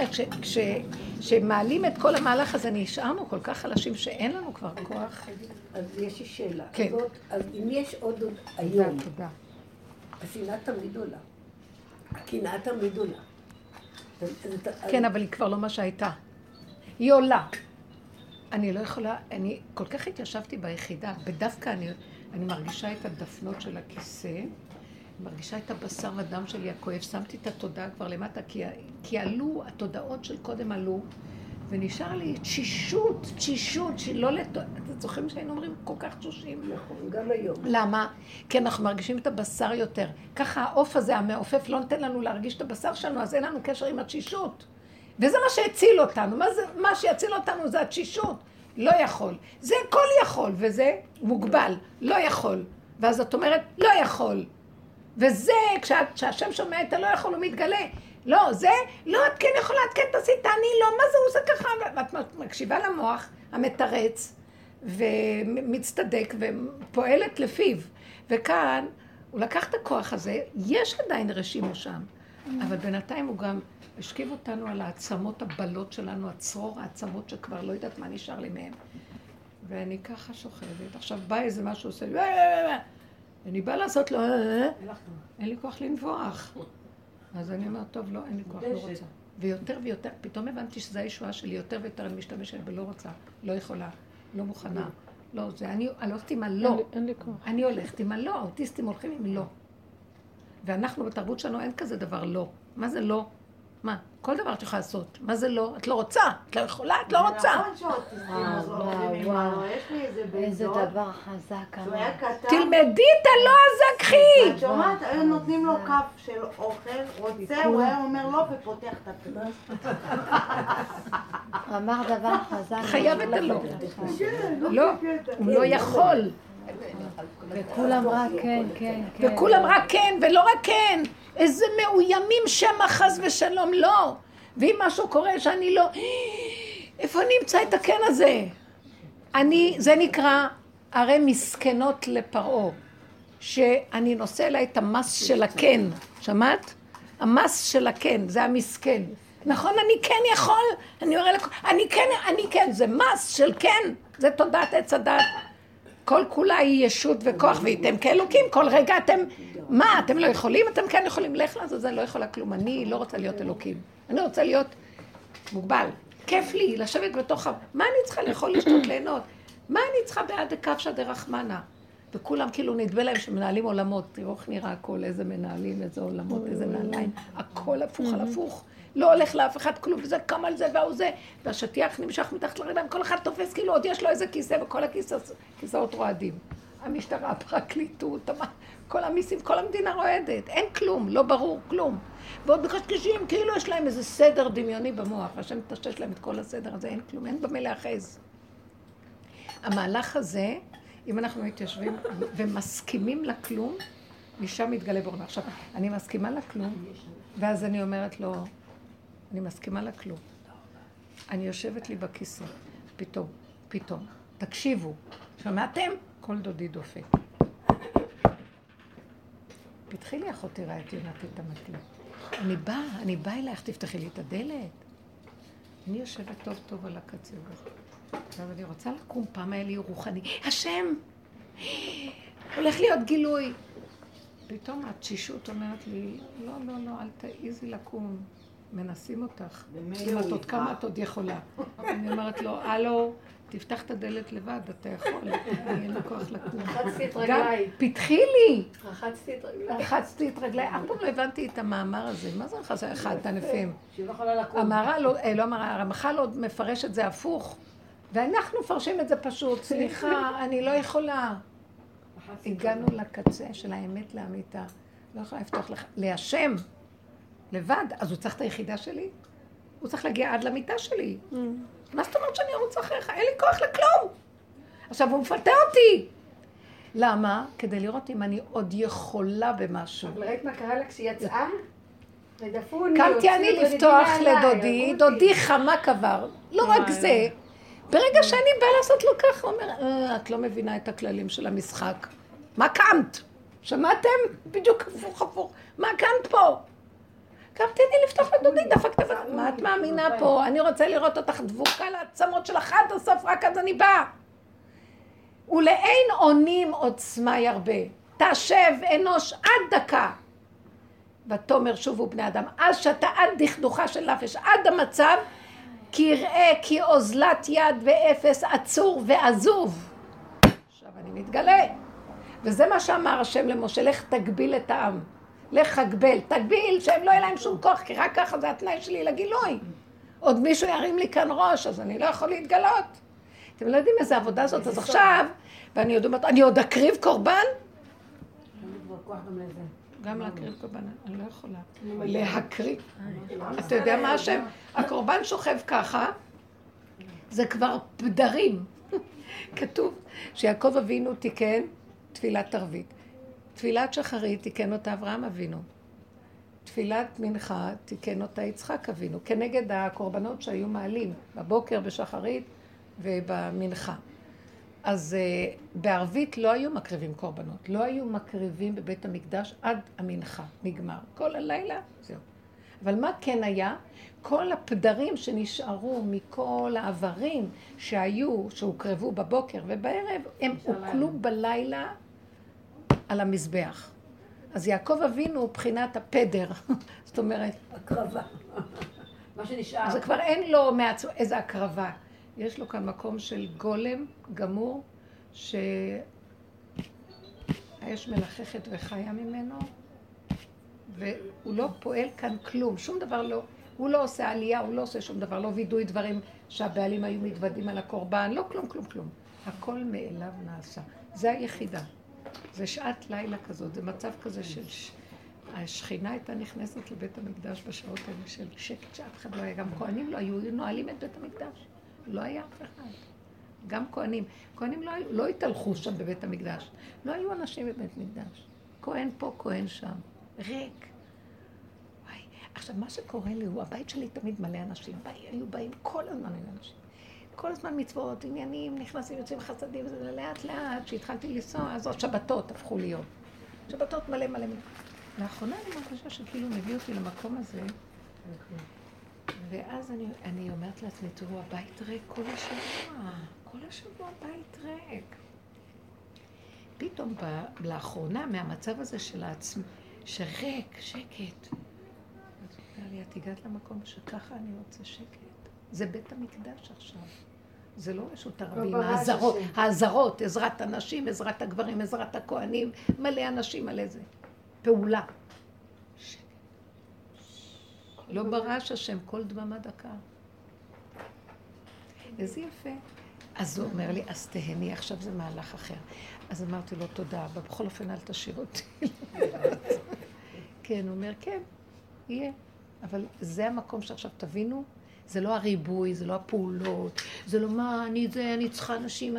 כשמעלים את כל המהלך הזה, נשארנו כל כך חלשים שאין לנו כבר כוח. אז יש לי שאלה. כן. אז אם יש עוד היום, השנאה תמיד עולה. הקנאה תמיד עולה. כן, אבל היא כבר לא מה שהייתה. היא עולה. אני לא יכולה, אני כל כך התיישבתי ביחידה, בדווקא אני מרגישה את הדפנות של הכיסא, מרגישה את הבשר ודם שלי הכואב, שמתי את התודעה כבר למטה, כי עלו, התודעות של קודם עלו, ונשאר לי תשישות, שלא אתם זוכרים שהיינו אומרים כל כך תשושים? נכון, גם היום. למה? כי אנחנו מרגישים את הבשר יותר. ככה העוף הזה, המעופף, לא נותן לנו להרגיש את הבשר שלנו, אז אין לנו קשר עם התשישות. וזה מה שהציל אותנו. מה שיציל אותנו זה התשישות. לא יכול. זה כל יכול, וזה מוגבל. לא יכול. ואז את אומרת, לא יכול. וזה, כשהשם שומע את הלא יכול, הוא מתגלה. לא, זה, לא, את כן יכולה, את כן תעשי, תעני, לא, מה זה, הוא עושה ככה? ואת מקשיבה למוח המתרץ, ומצטדק, ופועלת לפיו. וכאן, הוא לקח את הכוח הזה, יש עדיין רשימו שם, אבל בינתיים הוא גם השכיב אותנו על העצמות הבלות שלנו, הצרור העצמות שכבר לא יודעת מה נשאר לי מהם. ואני ככה שוכבת. עכשיו בא איזה משהו, עושה לי, אני באה לעשות לו, אין לי כוח לנבוח. אז אני אומרת, טוב, לא, אין לי כוח, לא רוצה. ויותר ויותר, פתאום הבנתי שזו הישועה שלי, יותר ויותר אני משתמשת ולא רוצה, לא יכולה, לא מוכנה. לא, זה, אני הולכת עם הלא. אין לי כוח. אני הולכת עם הלא, האוטיסטים הולכים עם לא. ואנחנו בתרבות שלנו אין כזה דבר לא. מה זה לא? מה? כל דבר את יכולה לעשות. מה זה לא? את לא רוצה. את לא יכולה, את לא רוצה. איזה דבר חזק. תלמדי את הלא הזה, קחי. את שומעת אומרת, היו נותנים לו כף של אוכל, רוצה, הוא היה אומר לא ופותח את הפה. אמר דבר חזק. חייב את הלא. לא, הוא לא יכול. וכולם רק כן, כן, כן. וכולם רק כן, ולא רק כן. איזה מאוימים שמה חס ושלום, לא. ואם משהו קורה שאני לא... איפה נמצא את הכן הזה? זה נקרא, הרי מסכנות לפרעה. שאני נושא אליי את המס של הכן. שמעת? המס של הכן, זה המסכן. נכון, אני כן יכול. אני אומר לכם, אני כן. זה מס של כן. זה תודעת עץ הדת. כל כולה היא ישות וכוח, ואיתם כאלוקים, כל רגע אתם, מה, אתם לא יכולים? אתם כן יכולים, לך לעזאזל, לא יכולה כלום, אני לא רוצה להיות אלוקים, אני רוצה להיות מוגבל, כיף לי לשבת בתוך, מה אני צריכה לאכול, לשתות, ליהנות, מה אני צריכה בעד הקפשא דרחמנא, וכולם כאילו נדמה להם שמנהלים עולמות, תראו איך נראה הכל, איזה מנהלים, איזה עולמות, איזה נעליים, הכל הפוך על הפוך, לא הולך לאף אחד כלום, וזה קם על זה והוא זה, והשטיח נמשך מתחת לרגליים, כל אחד תופס כאילו עוד יש לו איזה כיסא, וכל הכיסאות רועדים. המשטרה, הפרקליטות, כל המיסים, כל המדינה רועדת, אין כלום, לא ברור, כלום. ועוד בקשקשים, כאילו יש להם איזה סדר דמיוני במוח, השם מטשטש להם את כל הסדר הזה, אין כלום, אין במה להאחז. המהלך הזה, אם אנחנו מתיישבים ומסכימים לכלום, משם מתגלה בורנה. עכשיו, אני מסכימה לכלום, ואז אני אומרת לו, אני מסכימה לכלום. אני יושבת לי בכיסא, פתאום. תקשיבו, שמעתם? כל דודי דופק. פתחי לי אחותי ראיתי יונתי את המקלט. אני באה אלייך, תפתחי לי את הדלת. אני יושבת טוב על הקצה הזה. עכשיו אני רוצה לקום, פעם היה לי רוחני. השם! הולך להיות גילוי. פתאום התשישות אומרת לי, לא, אל תעיזי לקום. מנסים אותך. אם את עוד כמה את עוד יכולה. אני אומרת לו, הלו, תפתח את הדלת לבד, אתה יכול. אין לי כוח לקום. רחצתי את רגליי. פתחי לי! רחצתי את רגליי. אף פעם לא הבנתי את המאמר הזה. מה זה רחצה אחד, תנפים? שהיא לא יכולה לקום. הרמח"ל עוד מפרש את זה הפוך. ואנחנו מפרשים את זה פשוט. סליחה, אני לא יכולה. הגענו לקצה של האמת לאמיתה. לא יכולה לפתוח לך. להשם. לבד, אז הוא צריך את היחידה שלי? הוא צריך להגיע עד למיטה שלי. מה זאת אומרת שאני ארוץ אחריך? אין לי כוח לכלום. עכשיו הוא מפתה אותי. למה? כדי לראות אם אני עוד יכולה במשהו. אבל ראית מה קרה לה כשהיא יצאה? קמתי אני לפתוח לדודי, דודי חמה כבר. לא רק זה. ברגע שאני באה לעשות לו ככה, הוא אומר, את לא מבינה את הכללים של המשחק. מה קמת? שמעתם? בדיוק הפוך. מה קמת פה? קמתי אני לפתוח לדודי, דפקת ודפקת. מה את מאמינה פה? אני רוצה לראות אותך דבוקה לעצמות שלך עד הסוף, רק אז אני באה. ולאין עונים עוצמה ירבה. תשב אנוש עד דקה. ותאמר שובו בני אדם. אז שאתה עד דכדוכה של נפש, עד המצב, כי יראה כי אוזלת יד ואפס עצור ועזוב. עכשיו אני מתגלה. וזה מה שאמר השם למשה, לך תגביל את העם. לך תגביל, שהם לא יהיה להם שום כוח, כי רק ככה זה התנאי שלי לגילוי. עוד מישהו ירים לי כאן ראש, אז אני לא יכול להתגלות. אתם לא יודעים איזה עבודה זאת, אז עכשיו, ואני יודעת, אני עוד אקריב קורבן? גם להקריב קורבן, אני לא יכולה. להקריב. אתה יודע מה השם? הקורבן שוכב ככה, זה כבר פדרים. כתוב שיעקב אבינו תיקן תפילת ערבית. תפילת שחרית תיקן אותה אברהם אבינו. תפילת מנחה תיקן אותה יצחק אבינו. כנגד הקורבנות שהיו מעלים בבוקר, בשחרית ובמנחה. אז בערבית לא היו מקריבים קורבנות. לא היו מקריבים בבית המקדש עד המנחה. נגמר. כל הלילה, זהו. אבל מה כן היה? כל הפדרים שנשארו מכל העברים שהוקרבו בבוקר ובערב, הם הוקלו בלילה על המזבח. אז יעקב אבינו הוא בחינת הפדר. זאת אומרת, הקרבה. מה שנשאר. אז כבר אין לו איזה הקרבה. יש לו כאן מקום של גולם גמור, שהאש מלחכת וחיה ממנו, והוא לא פועל כאן כלום, שום דבר לא. הוא לא עושה עלייה, הוא לא עושה שום דבר, לא וידוי דברים שהבעלים היו מתוודים על הקורבן, לא כלום. הכל מאליו נעשה. זה היחידה. זה שעת לילה כזאת, זה מצב כזה של... השכינה הייתה נכנסת לבית המקדש בשעות האלה של שקט, שאף אחד לא היה, גם כהנים לא היו נועלים את בית המקדש. לא היה אף אחד. גם כהנים. כהנים לא התהלכו שם בבית המקדש. לא היו אנשים בבית מקדש. כהן פה, כהן שם. ריק. וואי. עכשיו, מה שקורה לי הוא, הבית שלי תמיד מלא אנשים. היו באים כל הזמן היו אנשים. כל הזמן מצוות, עניינים, נכנסים, יוצאים חסדים, וזה לאט לאט, שהתחלתי לנסוע, אז עוד שבתות הפכו להיות. שבתות מלא מלא. לאחרונה אני מרגישה שכאילו מביא אותי למקום הזה, ואז אני אומרת לעצמי, תראו, הבית ריק כל השבוע הבית ריק. פתאום לאחרונה, מהמצב הזה של העצמי, שריק, שקט. אז אומר לי, את הגעת למקום שככה אני רוצה שקט. זה בית המקדש עכשיו. זה לא רשות הרבים, העזרות, עזרת הנשים, עזרת הגברים, עזרת הכהנים, מלא אנשים, מלא זה. פעולה. שקט. לא ברעש השם, כל דממה דקה. איזה יפה. אז הוא אומר לי, אז תהני, עכשיו זה מהלך אחר. אז אמרתי לו, תודה, אבל בכל אופן אל תשאיר אותי. כן, הוא אומר, כן, יהיה. אבל זה המקום שעכשיו תבינו, זה לא הריבוי, זה לא הפעולות, זה לא מה, אני צריכה אנשים,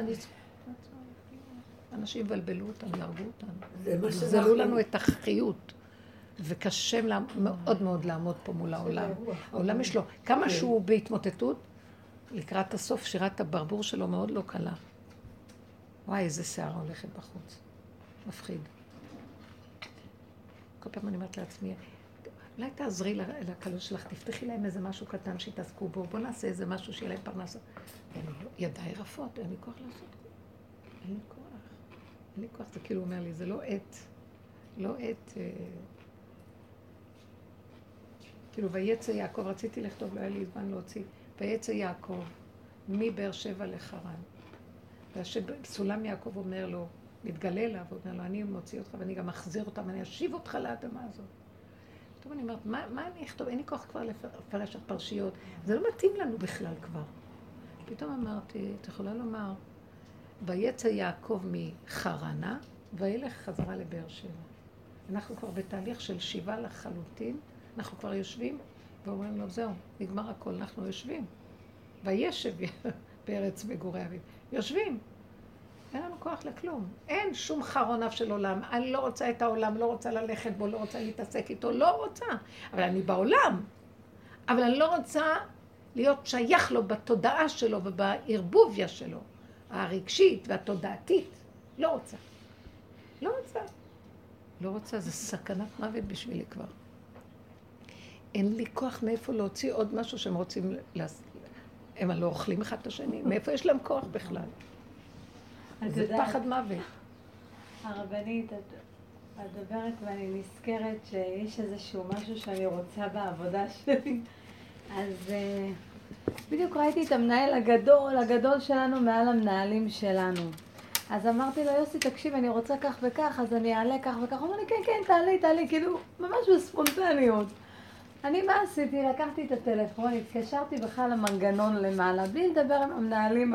אנשים בלבלו אותנו, ירגו אותנו. זלו לנו את החיות. וקשה מאוד מאוד לעמוד פה מול העולם. העולם יש לו, כמה שהוא בהתמוטטות, לקראת הסוף שירת הברבור שלו מאוד לא קלה. וואי, איזה שיער הולכת בחוץ. מפחיד. כל פעם אני אומרת לעצמי, אולי תעזרי לקלות שלך, תפתחי להם איזה משהו קטן שיתעסקו בו, בוא נעשה איזה משהו שיהיה להם פרנסה. ידיי רפות, אין לי כוח לעשות. אין לי כוח. אין לי כוח, זה כאילו אומר לי, זה לא עת. לא עת... כאילו, ויצא יעקב, רציתי לכתוב, לא היה לי זמן להוציא. ויצא יעקב, מבאר שבע לחרן. וסולם יעקב אומר לו, מתגלה אליו, אומר לו, אני מוציא אותך ואני גם אחזיר אותם, אני אשיב אותך לאדמה הזאת. פתאום אני אומרת, מה אני אכתוב? אין לי כוח כבר לפרש הפרשיות. זה לא מתאים לנו בכלל כבר. פתאום אמרתי, את יכולה לומר, ויצא יעקב מחרנה, וילך חזרה לבאר שבע. אנחנו כבר בתהליך של שיבה לחלוטין, אנחנו כבר יושבים, ואומרים לו, זהו, נגמר הכל, אנחנו יושבים. וישב בארץ מגורי אביו. יושבים. אין לנו כוח לכלום. אין שום חרון אף של עולם. אני לא רוצה את העולם, לא רוצה ללכת בו, לא רוצה להתעסק איתו, לא רוצה. אבל אני בעולם. אבל אני לא רוצה להיות שייך לו בתודעה שלו ובערבוביה שלו, הרגשית והתודעתית. לא רוצה. לא רוצה. לא רוצה, זה סכנת מוות בשבילי כבר. אין לי כוח מאיפה להוציא עוד משהו שהם רוצים הם לא אוכלים אחד את השני. מאיפה יש להם כוח בכלל? זה פחד מוות. הרבנית, את מדברת ואני נזכרת שיש איזשהו משהו שאני רוצה בעבודה שלי. אז בדיוק ראיתי את המנהל הגדול שלנו מעל המנהלים שלנו. אז אמרתי לו, יוסי, תקשיב, אני רוצה כך וכך, אז אני אעלה כך וכך. הוא אמר לי, כן, תעלי, כאילו, ממש בספונטניות. אני מה עשיתי? לקחתי את הטלפון, התקשרתי בכלל למנגנון למעלה, בלי לדבר עם המנהלים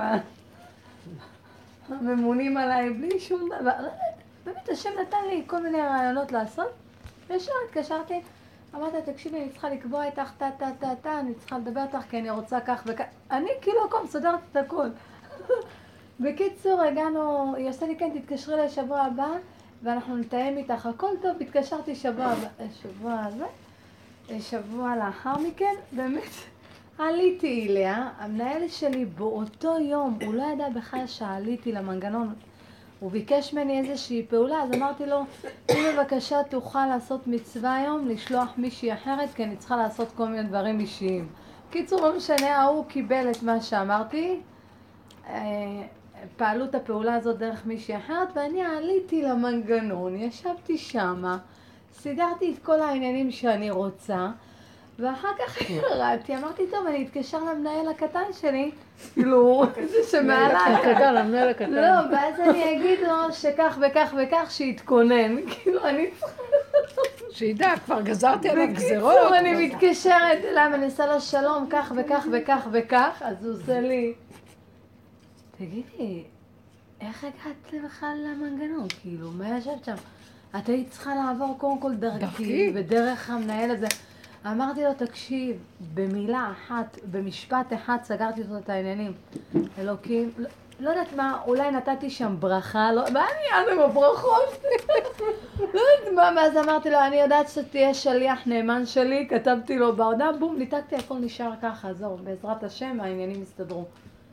הממונים עליי, בלי שום דבר. באמת, השם נתן לי כל מיני רעיונות לעשות, וישר התקשרתי, אמרתי, תקשיבי, אני צריכה לקבוע איתך, אני צריכה לדבר איתך, כי אני רוצה כך וכך. אני כאילו הכל, מסודרת את הכל. בקיצור, הגענו, היא עושה לי, כן, תתקשרי לשבוע הבא, ואנחנו נתאם איתך, הכל טוב, התקשרתי שבוע לאחר מכן, באמת, עליתי אליה, המנהל שלי באותו יום, הוא לא ידע בכלל שעליתי למנגנון, הוא ביקש ממני איזושהי פעולה, אז אמרתי לו, אם בבקשה תוכל לעשות מצווה היום, לשלוח מישהי אחרת, כי אני צריכה לעשות כל מיני דברים אישיים. קיצור, לא משנה, הוא קיבל את מה שאמרתי, פעלו את הפעולה הזאת דרך מישהי אחרת, ואני עליתי למנגנון, ישבתי שמה, סידרתי את כל העניינים שאני רוצה, ואחר כך ירדתי, אמרתי, טוב, אני אתקשר למנהל הקטן שלי, כאילו, זה שמעלה. המנהל הקטן. לא, ואז אני אגיד לו שכך וכך וכך, שיתכונן, כאילו, אני... שידע, כבר גזרתי עליו גזרות. בקיצור, אני מתקשרת אליו, אני עושה לו שלום, כך וכך וכך וכך, אז הוא עושה לי, תגידי, איך הגעת בכלל למנגנון? כאילו, מה ישבת שם? את היית צריכה לעבור קודם כל דרכי, ודרך המנהל הזה. אמרתי לו, תקשיב, במילה אחת, במשפט אחד, סגרתי אותו את העניינים. אלוקים, לא יודעת מה, אולי נתתי שם ברכה, לא, מה אני עם הברכות? לא יודעת מה, ואז אמרתי לו, אני יודעת שתהיה שליח נאמן שלי, כתבתי לו בהודעה, בום, ניתקתי, הכל נשאר ככה, זהו, בעזרת השם, העניינים הסתדרו.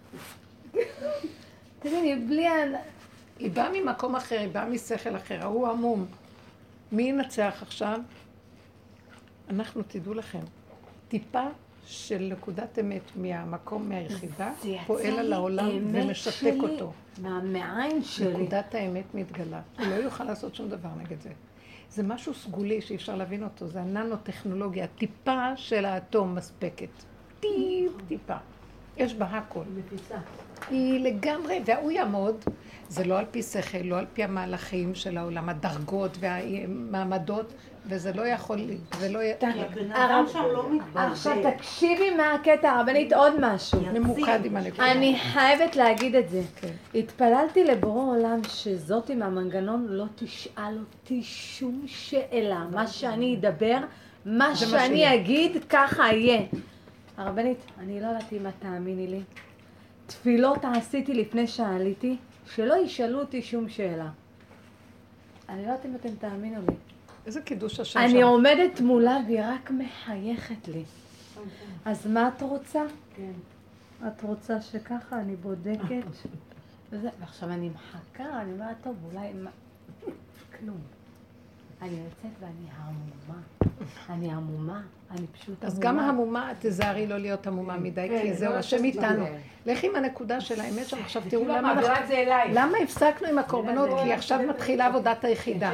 תגידי, בלי... היא באה ממקום אחר, היא באה משכל אחר, הוא עמום. מי ינצח עכשיו? אנחנו, תדעו לכם, טיפה של נקודת אמת מהמקום, מהיחידה, פועל על העולם ומשתק אותו. מהמעין שלי. נקודת האמת מתגלה. הוא לא יוכל לעשות שום דבר נגד זה. זה משהו סגולי שאי אפשר להבין אותו, זה הננו-טכנולוגיה, טיפה של האטום מספקת. טיפה. יש בה הכל. היא לגמרי, והוא יעמוד, זה לא על פי שכל, לא על פי המהלכים של העולם, הדרגות והמעמדות, וזה לא יכול, ולא... הרב שם לא מתבלבל. עכשיו תקשיבי מהקטע הרבנית עוד משהו. ממוקד עם הנקודה. אני חייבת להגיד את זה. התפללתי לבורא עולם שזאת עם המנגנון לא תשאל אותי שום שאלה. מה שאני אדבר, מה שאני אגיד, ככה יהיה. הרבנית, אני לא יודעת אם את תאמיני לי. תפילות עשיתי לפני שעליתי, שלא ישאלו אותי שום שאלה. אני לא יודעת אם אתם תאמינו לי. איזה קידוש השם שם. אני עומדת מולה והיא רק מחייכת לי. אז מה את רוצה? כן. את רוצה שככה אני בודקת? ועכשיו אני מחכה, אני אומרת, טוב, אולי... כלום. אני יוצאת ואני המומה. אני המומה. אני פשוט המומה. אז גם המומה, תזהרי לא להיות המומה מדי, כי זהו, השם איתנו. לך עם הנקודה של האמת שם, עכשיו תראו למה הפסקנו עם הקורבנות, כי עכשיו מתחילה עבודת היחידה.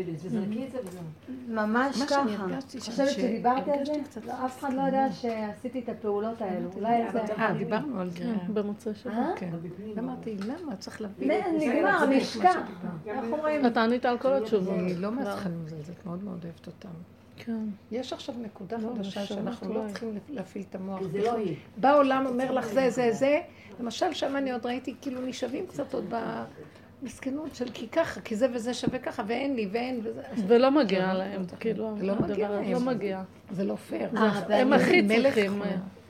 ממש ככה. חושבת שדיברתי על זה? אף אחד לא יודע שעשיתי את הפעולות האלו. דיברנו על זה. במוצאי שבת. אמרתי, למה? צריך להבין. נגמר, נשכח. איך אומרים? אתה ענית על כל התשובות. אני לא מצליחה עם זה, את מאוד מאוד אוהבת אותם. כן. יש עכשיו נקודה חדשה שאנחנו לא צריכים להפעיל את המוח. בעולם אומר לך זה. למשל, שם אני עוד ראיתי כאילו נשאבים קצת עוד במסכנות של כי ככה, כי זה וזה שווה ככה, ואין לי, ואין וזה. ולא מגיע להם, כאילו. לא מגיע להם. לא מגיע. זה לא פייר. הם הכי צריכים.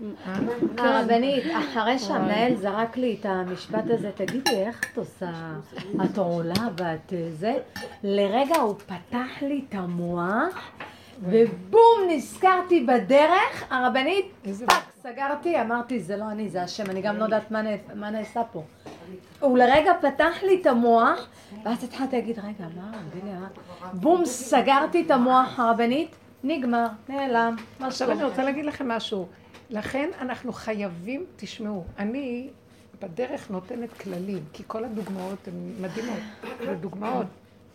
הרבנית, אחרי שהמנהל זרק לי את המשפט הזה, תגידי, איך את עושה? את עולה ואת זה? לרגע הוא פתח לי את המוח, ובום, נזכרתי בדרך, הרבנית, פאק, סגרתי, אמרתי, זה לא אני, זה השם, אני גם לא יודעת מה נעשה פה. הוא לרגע פתח לי את המוח, ואז התחלתי להגיד, רגע, מה? בום, סגרתי את המוח, הרבנית, נגמר, נעלם. עכשיו אני רוצה להגיד לכם משהו. לכן אנחנו חייבים, תשמעו, אני בדרך נותנת כללים, כי כל הדוגמאות הן מדהימות, זה דוגמאות.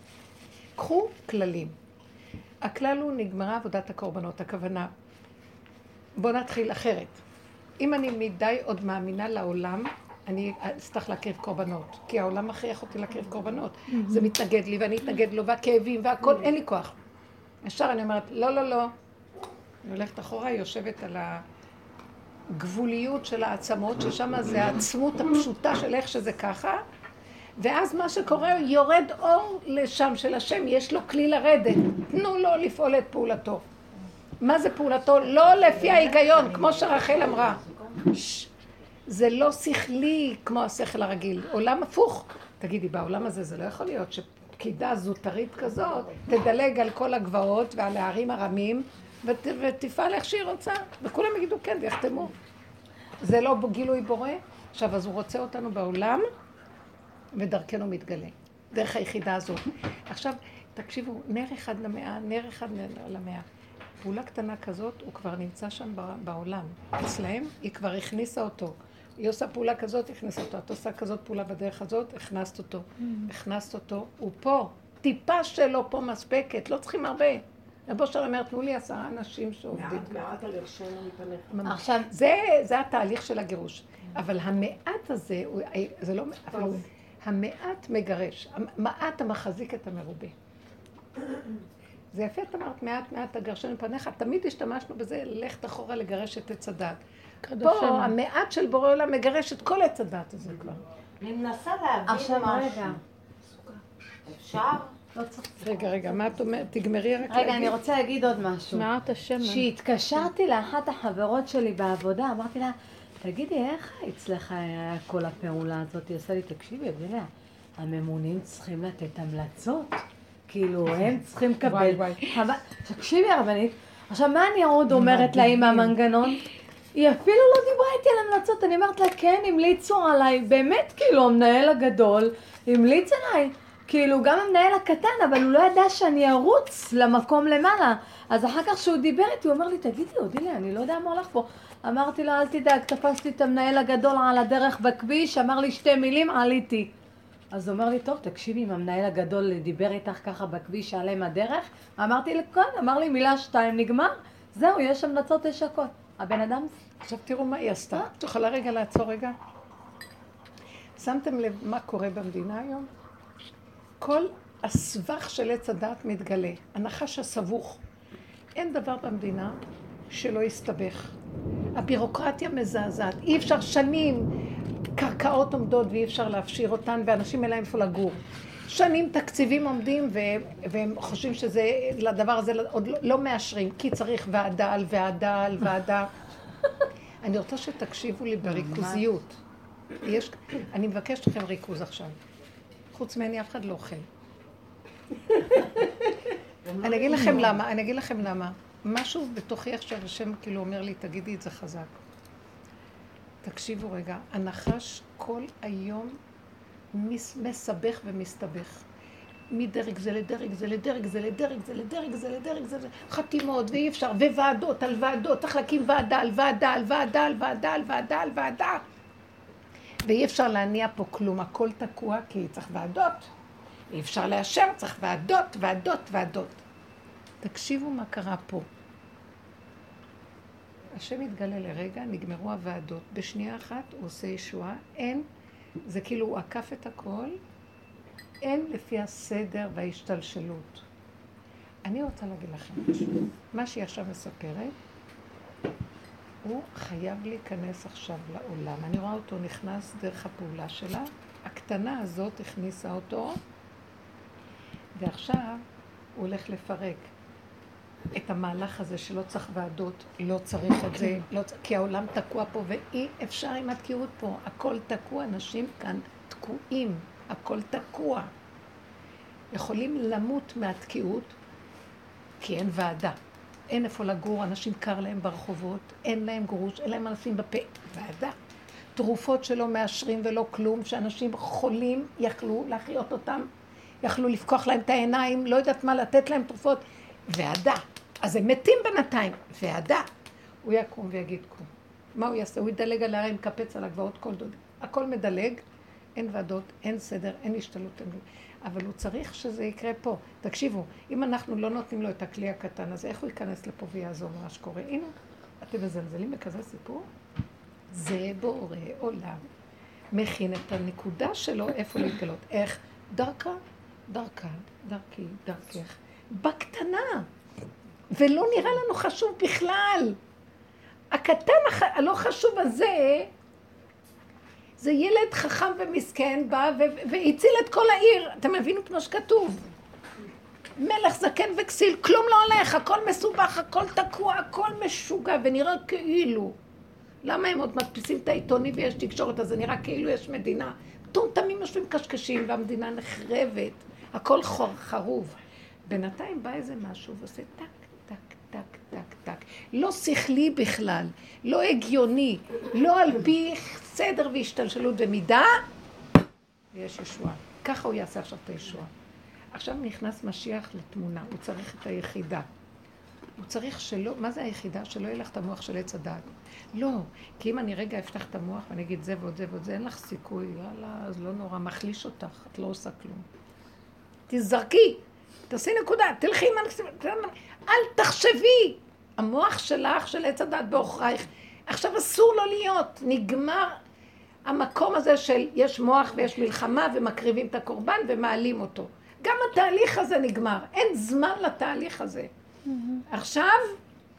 קחו כללים. הכלל הוא נגמרה עבודת הקורבנות, הכוונה. בואו נתחיל אחרת. אם אני מדי עוד מאמינה לעולם, אני אצטרך להקריב קורבנות, כי העולם מכריח אותי להקריב קורבנות. זה מתנגד לי ואני אתנגד לו, והכאבים והכל, אין לי כוח. ישר אני אומרת, לא. אני הולכת אחורה, היא יושבת על הגבוליות של העצמות, ששם זה העצמות הפשוטה של איך שזה ככה, ואז מה שקורה, יורד אור לשם של השם, יש לו כלי לרדת, תנו לו לפעול את פעולתו. מה זה פעולתו? לא לפי ההיגיון, כמו שרחל אמרה. זה לא שכלי כמו השכל הרגיל, עולם הפוך. תגידי, בעולם הזה זה לא יכול להיות שפקידה זוטרית כזאת תדלג על כל הגבעות ועל הערים הרמים ותפעל איך שהיא רוצה, וכולם יגידו כן ויחתמו. זה לא גילוי בורא. עכשיו, אז הוא רוצה אותנו בעולם ודרכנו מתגלה, דרך היחידה הזאת. עכשיו, תקשיבו, נר אחד למאה, נר אחד למאה. פעולה קטנה כזאת, הוא כבר נמצא שם בעולם. אצלהם, היא כבר הכניסה אותו. היא עושה פעולה כזאת, הכניסה אותו. את עושה כזאת פעולה בדרך הזאת, הכנסת אותו. הוא פה. טיפה שלו פה מספקת, לא צריכים הרבה. רבו שר אומר, תנו לי 10 אנשים שעובדים. מעט על הרשנו מפניך. עכשיו, זה התהליך של הגירוש. אבל המעט הזה, זה לא מעט, המעט מגרש. המעט המחזיק את המרובה. זה יפה, את אמרת, מעט הגרשנו מפניך. תמיד השתמשנו בזה, ללכת אחורה לגרש את עץ הדת. פה המעט של בורא עולם מגרש את כל עץ הדת הזה כבר. אני מנסה להבין משהו. אפשר? רגע, מה את אומרת? תגמרי רק להגיד. רגע, אני רוצה להגיד עוד משהו. מעט השמן. כשהתקשרתי לאחת החברות שלי בעבודה, אמרתי לה, תגידי, איך אצלך היה כל הפעולה הזאת? היא עושה לי, תקשיבי, אבילה, הממונים צריכים לתת המלצות. כאילו, הם צריכים לקבל. תקשיבי, הרבנית, עכשיו, מה אני עוד אומרת לה עם המנגנון? היא אפילו לא דיברה איתי על המלצות, אני אומרת לה, כן, המליצו עליי, באמת, כאילו, המנהל הגדול המליץ עליי. כאילו, גם המנהל הקטן, אבל הוא לא ידע שאני ארוץ למקום למעלה. אז אחר כך שהוא דיבר איתי, הוא אומר לי, תגידי, אודילי, אני לא יודע מה הולך פה. אמרתי לו, אל תדאג, תפסתי את המנהל הגדול על הדרך בכביש, אמר לי 2 מילים, עליתי. אז הוא אומר לי, טוב, תקשיבי, אם המנהל הגדול דיבר איתך ככה בכביש, שעליהם הדרך, אמרתי לכאן, אמר לי 2 נגמר, זהו, יש המלצות, יש הכל. הבן אדם... עכשיו תראו מה היא עשתה. את יכולה רגע לעצור רגע? שמתם לב מה קורה במדינה היום? כל הסבך של עץ הדעת מתגלה. הנחש הסבוך. אין דבר במדינה שלא יסתבך. הבירוקרטיה מזעזעת. אי אפשר שנים, קרקעות עומדות ואי אפשר להפשיר אותן, ואנשים אין להם איפה לגור. שנים תקציבים עומדים והם חושבים שזה, לדבר הזה עוד לא מאשרים, כי צריך ועדה על ועדה על ועדה. אני רוצה שתקשיבו לי בריכוזיות. אני מבקשת לכם ריכוז עכשיו. חוץ ממני אף אחד לא אוכל. אני אגיד לכם למה. משהו בתוכי עכשיו השם כאילו אומר לי, תגידי את זה חזק. תקשיבו רגע, הנחש כל היום מסבך ומסתבך. מדרג זה לדרג, זה לדרג, זה לדרג, זה לדרג, זה לדרג, זה חתימות, ואי אפשר, וועדות על ועדות, צריך להקים ועדה על ועדה, על ועדה, על ועדה, על ועדה, על ועדה. ואי אפשר להניע פה כלום, הכל תקוע כי צריך ועדות. אי אפשר לאשר, צריך ועדות, ועדות, ועדות. תקשיבו מה קרה פה. השם מתגלה לרגע, נגמרו הוועדות. בשנייה אחת הוא עושה ישועה, אין, זה כאילו הוא עקף את הכל, אין לפי הסדר וההשתלשלות. אני רוצה להגיד לכם משהו. מה שהיא עכשיו מספרת, הוא חייב להיכנס עכשיו לעולם. אני רואה אותו נכנס דרך הפעולה שלה. הקטנה הזאת הכניסה אותו, ועכשיו הוא הולך לפרק את המהלך הזה שלא צריך ועדות, לא צריך את זה, כי העולם תקוע פה, ואי אפשר עם התקיעות פה. הכל תקוע, אנשים כאן תקועים, הכל תקוע. יכולים למות מהתקיעות, כי אין ועדה. אין איפה לגור, אנשים קר להם ברחובות, אין להם גרוש, אין להם אנשים בפה. ועדה. תרופות שלא מאשרים ולא כלום, שאנשים חולים יכלו להחיות אותם, יכלו לפקוח להם את העיניים, לא יודעת מה, לתת להם תרופות. ועדה. אז הם מתים בינתיים. ועדה. הוא יקום ויגיד קום. מה הוא יעשה? הוא ידלג על הערים, קפץ על הגבעות, כל דוד. הכל מדלג, אין ועדות, אין סדר, אין השתלות. אבל הוא צריך שזה יקרה פה. תקשיבו, אם אנחנו לא נותנים לו את הכלי הקטן הזה, איך הוא ייכנס לפה ויעזור מה שקורה? הנה, אתם מזלזלים בכזה סיפור? זה בורא עולם. מכין את הנקודה שלו, איפה להתגלות. איך? דרכה, דרכה, דרכי, דרכך. בקטנה. ולא נראה לנו חשוב בכלל. הקטן הלא חשוב הזה, זה ילד חכם ומסכן בא והציל את כל העיר. אתם מבינו כמו שכתוב. מלך זקן וכסיל, כלום לא הולך, הכל מסובך, הכל תקוע, הכל משוגע ונראה כאילו. למה הם עוד מדפיסים את העיתונים ויש תקשורת, אז זה נראה כאילו יש מדינה. טומטמים יושבים קשקשים והמדינה נחרבת, הכל חרוב. בינתיים בא איזה משהו ועושה טק, טק, טק, טק, טק. לא שכלי בכלל, לא הגיוני, לא על פי סדר והשתלשלות ומידה, ויש ישועה. ככה הוא יעשה עכשיו את הישועה. עכשיו נכנס משיח לתמונה, הוא צריך את היחידה. הוא צריך שלא, מה זה היחידה? שלא ילך את המוח של עץ הדעת. לא, כי אם אני רגע אפתח את המוח ואני אגיד זה ועוד זה ועוד זה, אין לך סיכוי, יאללה, אז לא נורא, מחליש אותך, את לא עושה כלום. תזרקי, תעשי נקודה, תלכי, אל תחשבי. המוח שלך, של עץ הדעת באוכרייך, עכשיו אסור לו להיות, נגמר המקום הזה של יש מוח ויש מלחמה ומקריבים את הקורבן ומעלים אותו. גם התהליך הזה נגמר, אין זמן לתהליך הזה. עכשיו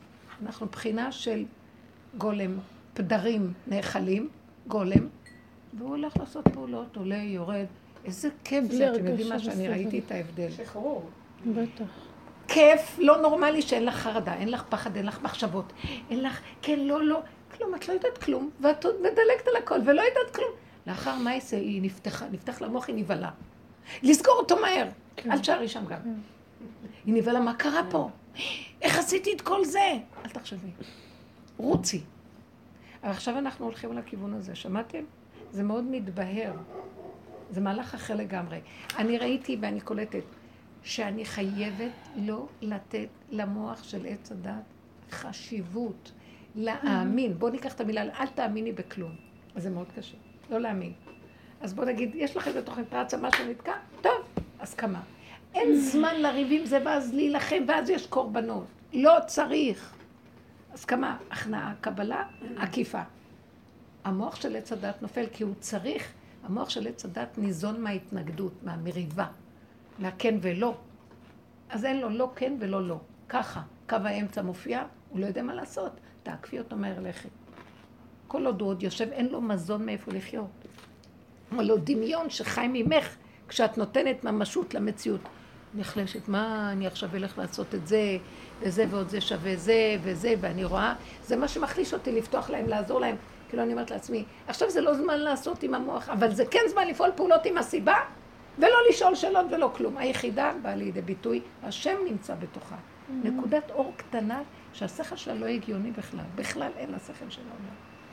אנחנו בחינה של גולם, פדרים נאכלים, גולם, והוא הולך לעשות פעולות, עולה, יורד. איזה כיף זה, אתם יודעים מה שאני ראיתי את ההבדל. שחרור. בטח. כיף לא נורמלי שאין לך חרדה, אין לך פחד, אין לך מחשבות, אין לך, כן, לא, לא, כלום, את לא יודעת כלום, ואת עוד מדלגת על הכל, ולא יודעת כלום. לאחר מה יעשה, היא נפתח למוח, היא נבלה. לסגור אותו מהר, אל תשארי שם גם. היא נבלה, מה קרה פה? איך עשיתי את כל זה? אל תחשבי. רוצי. אבל עכשיו אנחנו הולכים לכיוון הזה, שמעתם? זה מאוד מתבהר. זה מהלך אחר לגמרי. אני ראיתי ואני קולטת שאני חייבת לא לתת למוח של עץ הדת חשיבות, להאמין. בואו ניקח את המילה, אל תאמיני בכלום. אז זה מאוד קשה, לא להאמין. אז בואו נגיד, יש לכם בתוכן פרצה משהו נתקע? טוב, הסכמה. אין זמן לריב עם זה ואז להילחם ואז יש קורבנות. לא צריך. הסכמה, הכנעה, קבלה, עקיפה. המוח של עץ הדת נופל כי הוא צריך, המוח של עץ הדת ניזון מההתנגדות, מהמריבה, מהכן ולא. אז אין לו לא כן ולא לא. ככה, קו האמצע מופיע, הוא לא יודע מה לעשות. תעקפי אותו מהר לכת. כל עוד הוא עוד יושב, אין לו מזון מאיפה לחיות. אבל לו דמיון שחי ממך, כשאת נותנת ממשות למציאות. נחלשת, מה אני עכשיו אלך לעשות את זה, וזה ועוד זה שווה זה וזה, ואני רואה, זה מה שמחליש אותי לפתוח להם, לעזור להם. כאילו אני אומרת לעצמי, עכשיו זה לא זמן לעשות עם המוח, אבל זה כן זמן לפעול פעולות עם הסיבה, ולא לשאול שאלות ולא כלום. היחידה באה לידי ביטוי, השם נמצא בתוכה. נקודת אור קטנה, שהשכל שלה לא הגיוני בכלל. בכלל אין לה שכל של העולם.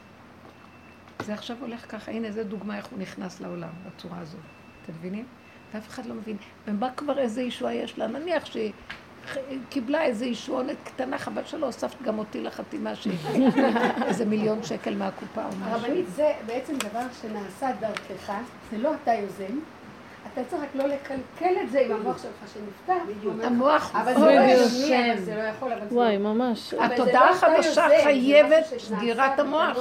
זה עכשיו הולך ככה, הנה זה דוגמה איך הוא נכנס לעולם, בצורה הזאת. אתם מבינים? ואף אחד לא מבין. ומה כבר איזה ישועה יש לה? נניח שהיא קיבלה איזה ישועונת קטנה, חבל שלא הוספת גם אותי לחתימה שהיא איזה מיליון שקל מהקופה או משהו. הרבנית, זה בעצם דבר שנעשה דרכך, זה לא אתה יוזם, אתה צריך רק לא לקלקל את זה עם המוח שלך שנפתח. המוח, אבל זה לא ישני, אבל זה לא יכול, אבל זה לא. וואי, ממש. התודעה החדשה חייבת סגירת המוח.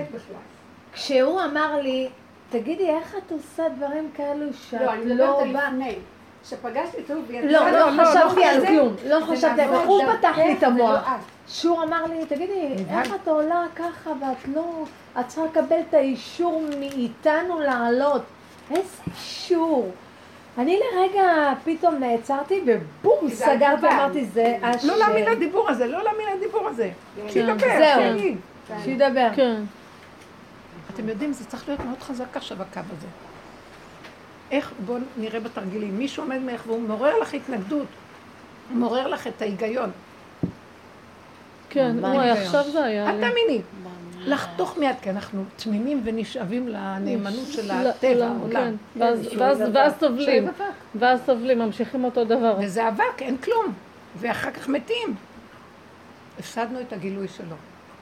כשהוא אמר לי, תגידי, איך את עושה דברים כאלו שאת לא, אני מדברת על לפני. שפגשתי אותו לא, לא חשבתי על כלום. לא חשבתי, הוא פתח לי את המוח. שור אמר לי, תגידי, איך את עולה ככה ואת לא... את צריכה לקבל את האישור מאיתנו לעלות. איזה אישור? אני לרגע פתאום נעצרתי ובום, סגרתי, אמרתי, זה השם. לא להאמין לדיבור הזה, לא להאמין לדיבור הזה. שידבר, שיגיד. שידבר. כן. אתם יודעים, זה צריך להיות מאוד חזק עכשיו הקו הזה. איך, בואו נראה בתרגילים, מישהו עומד מאיך והוא מעורר לך התנגדות, הוא מעורר לך את ההיגיון. כן, וואי, עכשיו זה היה אל תאמיני. לחתוך מיד, כי אנחנו תמימים ונשאבים לנאמנות של הטבע, העולם. ואז סובלים, ואז סובלים, ממשיכים אותו דבר. וזה אבק, אין כלום, ואחר כך מתים. הפסדנו את הגילוי שלו.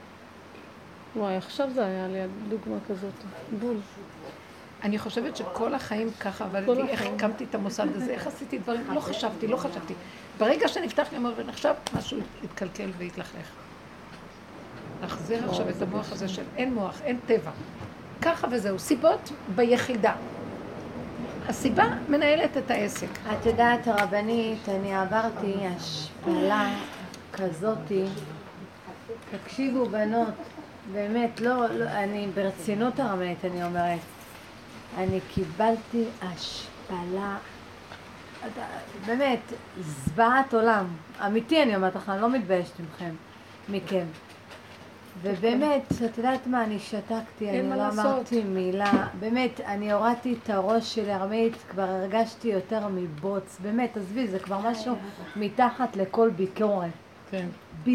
וואי, עכשיו זה היה לי דוגמה כזאת, בול. אני חושבת שכל החיים ככה עבדתי, איך הקמתי את המוסד הזה, איך עשיתי דברים, לא חשבתי. ברגע שנפתח לי המוח ונחשב, משהו יתקלקל ויתלכלך. נחזיר עכשיו את המוח הזה של אין מוח, אין טבע. ככה וזהו, סיבות ביחידה. הסיבה מנהלת את העסק. את יודעת, הרבנית, אני עברתי השפלה כזאתי. תקשיבו בנות, באמת, לא, אני ברצינות הרבנית, אני אומרת. אני קיבלתי השפלה, באמת, זוועת עולם. אמיתי אני אומרת לך, אני לא מתביישת מכם. ובאמת, את יודעת מה, אני שתקתי, אני לא אמרתי מילה. באמת, אני הורדתי את הראש שלי, הרבנית, כבר הרגשתי יותר מבוץ. באמת, עזבי, זה כבר משהו מתחת לכל ביקורת. כן.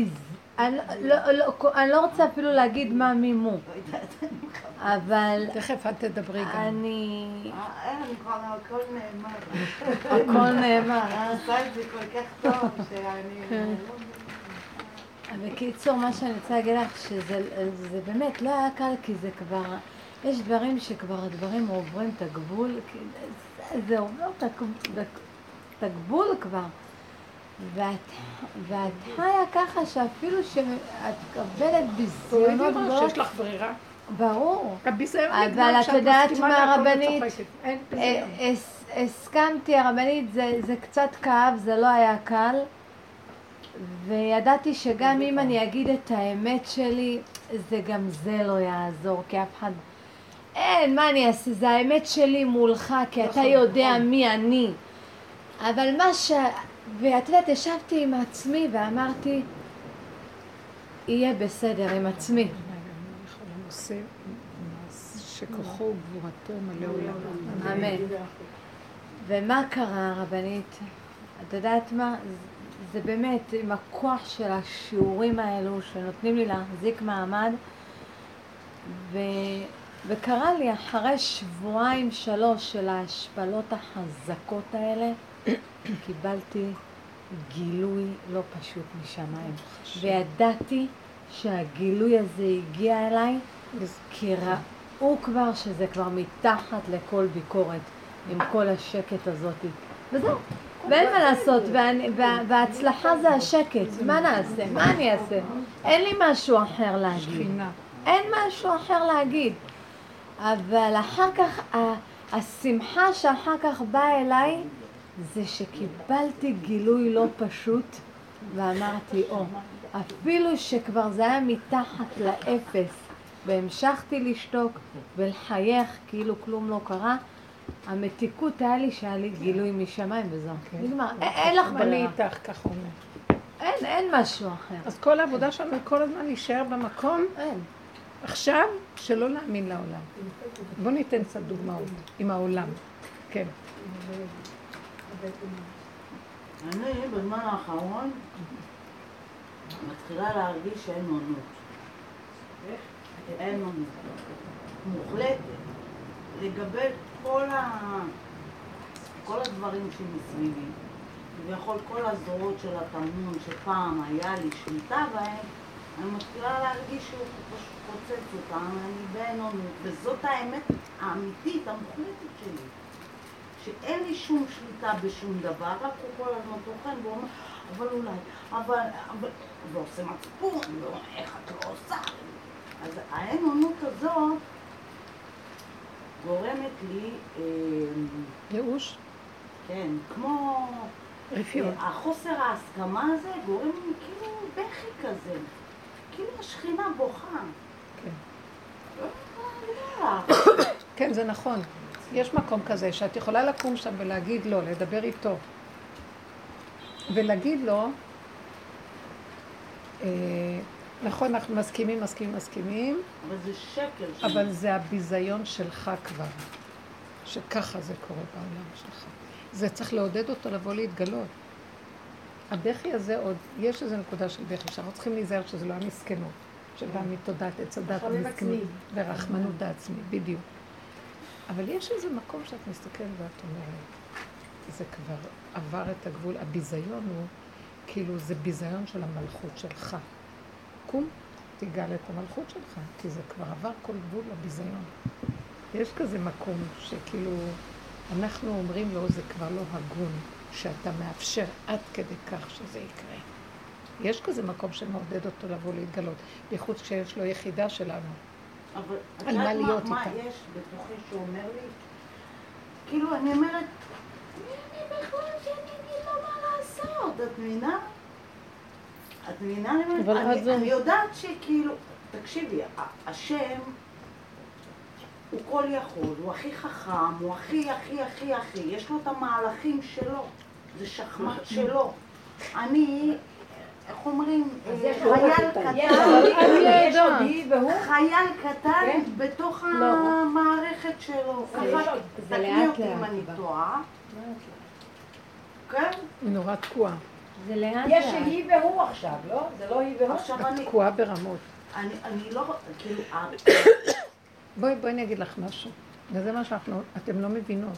אני לא רוצה אפילו להגיד מה מימו, אבל... תכף, אל תדברי גם. אני... אין, כבר הכל נאמר. הכל נאמר. עשה את זה כל כך טוב שאני... בקיצור, מה שאני רוצה להגיד לך, שזה באמת לא היה קל, כי זה כבר... יש דברים שכבר הדברים עוברים את הגבול, זה עובר את הגבול כבר. ואת חיה ככה שאפילו שאת קבלת ביזיונות גדולות. שיש לך ברירה. ברור. הביזיון אבל נגמר את יודעת מה, הרבנית? הסכמתי, הרבנית, זה קצת כאב, זה לא היה קל. וידעתי שגם אם אני אגיד את האמת שלי, זה גם זה לא יעזור, כי אף אחד אין, מה אני אעשה? זה האמת שלי מולך, כי אתה יודע מי אני. אבל מה ואת יודעת, ישבתי עם עצמי ואמרתי, יהיה בסדר עם עצמי. עושה שכוחו וגבורתו מלא עולם. אמן. ומה קרה, רבנית? את יודעת מה? זה באמת עם הכוח של השיעורים האלו שנותנים לי להחזיק מעמד, וקרה לי אחרי 2-3 של ההשפלות החזקות האלה, קיבלתי גילוי לא פשוט משמיים. וידעתי שהגילוי הזה הגיע אליי, כי ראו כבר שזה כבר מתחת לכל ביקורת, עם כל השקט הזאת. וזהו. ואין מה לעשות, וההצלחה זה השקט. מה נעשה? מה אני אעשה? אין לי משהו אחר להגיד. אין משהו אחר להגיד. אבל אחר כך, השמחה שאחר כך באה אליי, זה שקיבלתי גילוי לא פשוט, ואמרתי, אפילו שכבר זה היה מתחת לאפס, והמשכתי לשתוק ולחייך כאילו כלום לא קרה, המתיקות היה לי שהיה לי גילוי משמיים וזהו. נגמר, אין לך ברירה. אני איתך, כך אומר. אין משהו אחר. אז כל העבודה שלנו כל הזמן להישאר במקום. אין. עכשיו, שלא להאמין לעולם. בוא ניתן קצת דוגמאות עם העולם. כן. אני בזמן האחרון מתחילה להרגיש שאין עונות. אין עונות. מוחלטת. לגבי כל הדברים שמסביבי. ויכול כל הזרועות של התמנון שפעם היה לי שליטה בהם, אני מתחילה להרגיש שהוא פשוט פוצץ אותם, אני באין עונות. וזאת האמת האמיתית, המוחלטת שלי. שאין לי שום שליטה בשום דבר, רק הוא כל הזמן תוכן ואומר, אבל אולי, ועושה מצפון, ואומר, איך את לא עושה? אז האין עונות הזאת גורמת לי... ייאוש? כן, כמו... רפיון. החוסר ההסכמה הזה גורם לי כאילו בכי כזה, כאילו השכינה בוכה. כן. כן, זה נכון. יש מקום כזה שאת יכולה לקום שם ולהגיד לו, לדבר איתו. ולהגיד לו, נכון, אנחנו מסכימים. אבל זה שקר. אבל זה הביזיון שלך כבר. שככה זה קורה בעולם שלך. זה צריך לעודד אותו לבוא להתגלות. הבכי הזה עוד, יש איזו נקודה של בכי, שאנחנו צריכים להיזהר שזה לא המסכנות, שבא מתודעת עץ הדת המסכנות ורחמנות העצמי, בדיוק. אבל יש איזה מקום שאת מסתכלת ואת אומרת, זה כבר עבר את הגבול, הביזיון הוא, כאילו זה ביזיון של המלכות שלך. קום, תיגל את המלכות שלך, כי זה כבר עבר כל גבול הביזיון. יש כזה מקום שכאילו, אנחנו אומרים לו, זה כבר לא הגון, שאתה מאפשר עד כדי כך שזה יקרה. יש כזה מקום שמעודד אותו לבוא להתגלות, בייחוד כשיש לו יחידה שלנו. אבל על מה להיות איתה. מה יש בתוכי שאומר לי? כאילו, אני אומרת, אני בכלל שאני אגיד לו מה לעשות, את מבינה? את מבינה? אני יודעת שכאילו, תקשיבי, השם הוא כל יכול, הוא הכי חכם, הוא הכי, יש לו את המהלכים שלו, זה שחמט שלו. אני, איך אומרים, חייל קטן בתוך המערכת שלו. תקני אותי אם אני טועה. כן? היא נורא תקועה. זה לאט. יש היא והוא עכשיו, לא? זה לא היא והוא. את תקועה ברמות. אני לא, כאילו... בואי אני אגיד לך משהו. וזה מה אתם לא מבינות.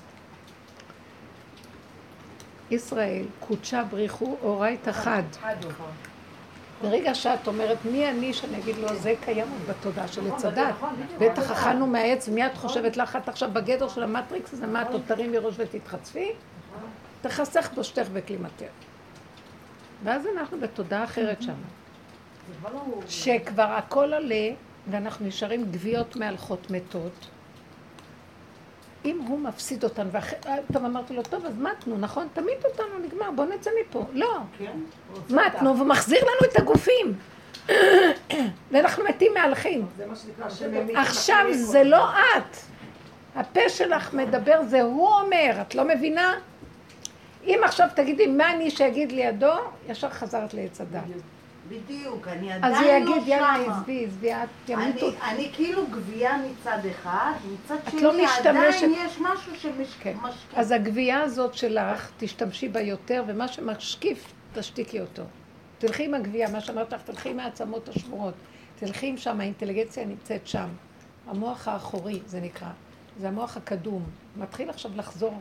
ישראל, קודשה בריחו אורייתא חד. ברגע שאת אומרת, מי אני שאני אגיד לו, זה קיים בתודעה של עץ הדת. בטח אכלנו מהעץ, ומי את חושבת לך, את עכשיו בגדר של המטריקס הזה, מה את תותרים מראש ותתחצפי? תחסך בושתך וכלימתך. ואז אנחנו בתודעה אחרת שם. שכבר הכל עולה, ואנחנו נשארים גוויות מהלכות מתות. אם הוא מפסיד אותנו, טוב, אמרתי לו, טוב, אז מתנו, נכון? תמיד אותנו, נגמר, בוא נצא מפה. לא. מתנו, ומחזיר לנו את הגופים. ואנחנו מתים מהלכים. עכשיו זה לא את. הפה שלך מדבר, זה הוא אומר, את לא מבינה? אם עכשיו תגידי מה אני שיגיד לידו, ישר חזרת לעץ הדת. בדיוק, אני אז עדיין הוא לא יגיד, יאללה, שמה. עזבי, את ימותו. אני כאילו גבייה מצד אחד, מצד שני לא משתמשת. עדיין יש משהו שמשקיף. אז הגבייה הזאת שלך, תשתמשי בה יותר, ומה שמשקיף, תשתיקי אותו. תלכי עם הגבייה, מה שאמרת לך, תלכי עם העצמות השבורות. תלכי עם שם, האינטליגנציה נמצאת שם. המוח האחורי, זה נקרא. זה המוח הקדום. מתחיל עכשיו לחזור,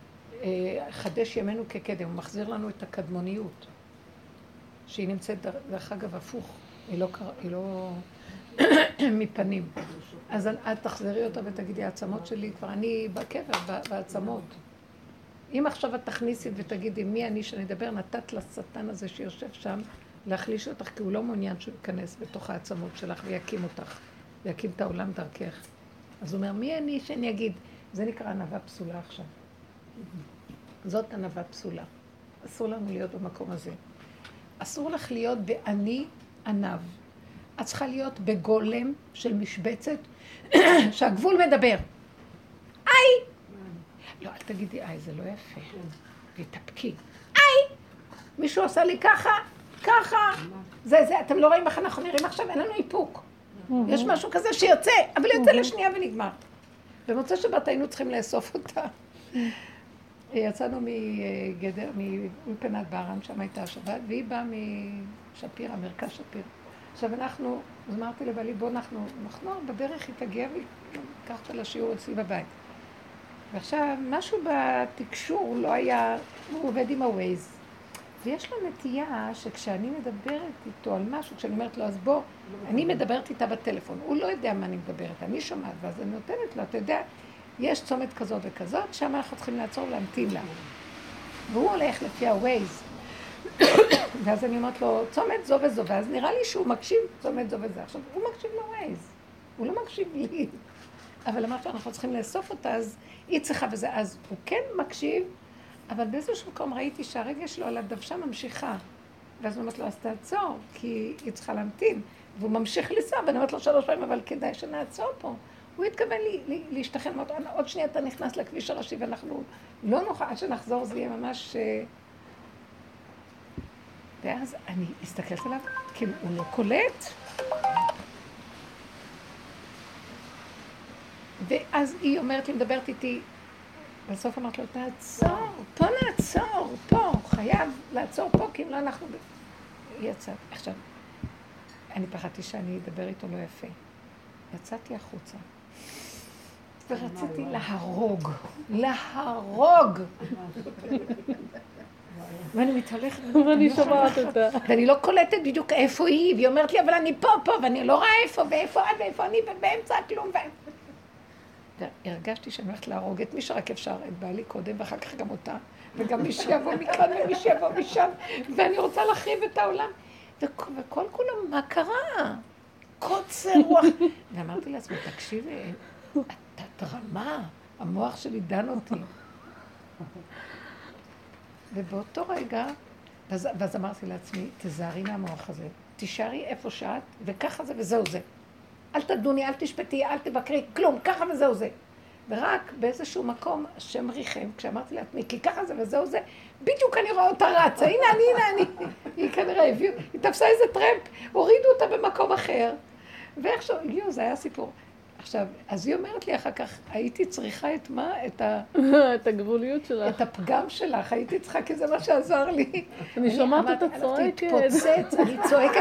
חדש ימינו כקדם, הוא מחזיר לנו את הקדמוניות. שהיא נמצאת, דרך אגב, הפוך. היא לא מפנים. אז את תחזרי אותה ותגידי, העצמות שלי, כבר אני בקבר, בעצמות. אם עכשיו את תכניסי ותגידי, מי אני שנדבר, נתת לשטן הזה שיושב שם, להחליש אותך, כי הוא לא מעוניין שהוא ייכנס בתוך העצמות שלך ויקים אותך, ויקים את העולם דרכך. אז הוא אומר, מי אני שאני אגיד? זה נקרא ענווה פסולה עכשיו. זאת ענווה פסולה. אסור לנו להיות במקום הזה. אסור לך להיות בעני ענב. את צריכה להיות בגולם של משבצת שהגבול מדבר. איי! לא, אל תגידי איי, זה לא יפה. ותפקי. איי! מישהו עושה לי ככה, ככה. זה, אתם לא רואים איך אנחנו נראים עכשיו, אין לנו איפוק. יש משהו כזה שיוצא, אבל יוצא לשנייה ונגמר. במוצא שבת היינו צריכים לאסוף אותה. יצאנו מגדר, מפנת בערן, שם הייתה השבת, והיא באה משפירה, מרכז שפירה. עכשיו אנחנו, אז אמרתי לבעלי, בוא אנחנו בדרך היא תגיע וקח אותה לשיעור אצלי בבית. ועכשיו, משהו בתקשור לא היה, הוא עובד עם הווייז. ויש לו נטייה שכשאני מדברת איתו על משהו, כשאני אומרת לו, אז בוא, אני מדברת איתה בטלפון, הוא לא יודע מה אני מדברת, אני שומעת, ואז אני נותנת לו, אתה יודע, יש צומת כזאת וכזאת, שם אנחנו צריכים לעצור ולהמתין לה. והוא הולך לפי הווייז. ואז אני אומרת לו, צומת זו וזו, ואז נראה לי שהוא מקשיב צומת זו וזה. עכשיו, הוא מקשיב לווייז, הוא לא מקשיב לי. אבל אמרת שאנחנו צריכים לאסוף אותה, אז היא צריכה וזה, אז הוא כן מקשיב, אבל באיזשהו מקום ראיתי שהרגש שלו על הדוושה ממשיכה. ואז אני אומרת לו, אז תעצור, כי היא צריכה להמתין. והוא ממשיך לנסוע, ואני אומרת לו 3 פעמים, אבל כדאי שנעצור פה. הוא התכוון להשתכן, עוד שנייה אתה נכנס לכביש הראשי, ואנחנו לא נוכל, עד שנחזור זה יהיה ממש... ואז אני הסתכלת עליו, כאילו הוא לא קולט. ואז היא אומרת לי, מדברת איתי, בסוף אמרת לו, תעצור, פה נעצור, פה, חייב לעצור פה, כי אם לא אנחנו... היא יצאת. עכשיו, אני פחדתי שאני אדבר איתו לא יפה. יצאתי החוצה. ורציתי להרוג. ואני מתהלכת, ואני שומעת אותה. ואני לא קולטת בדיוק איפה היא, והיא אומרת לי, אבל אני פה, ואני לא רואה איפה, ואיפה את, ואיפה אני, ובאמצע כלום, והרגשתי שאני הולכת להרוג את מי שרק אפשר, את בעלי קודם, ואחר כך גם אותה, וגם מי שיבוא מכאן ומי שיבוא משם, ואני רוצה להחריב את העולם. וכל כולם, מה קרה? קוצר רוח. ואמרתי לעצמי, תקשיבי, את רמה, המוח שלי דן אותי. ובאותו רגע, ואז אמרתי לעצמי, תזהרי מהמוח הזה, תישארי איפה שאת, וככה זה וזהו זה. אל תדוני, אל תשפטי, אל תבקרי, כלום, ככה וזהו זה. ורק באיזשהו מקום, השם ריחם, כשאמרתי לעצמי, כי ככה זה וזהו זה, בדיוק אני רואה אותה רצה, הנה אני. היא כנראה הביאו, היא תפסה איזה טרמפ, הורידו אותה במקום אחר. ואיכשהו, הגיעו, זה היה סיפור. עכשיו, אז היא אומרת לי אחר כך, הייתי צריכה את מה? את הגבוליות שלך. את הפגם שלך, הייתי צריכה, כי זה מה שעזר לי. אני שומעת אותה צועקת. תתפוצץ, אני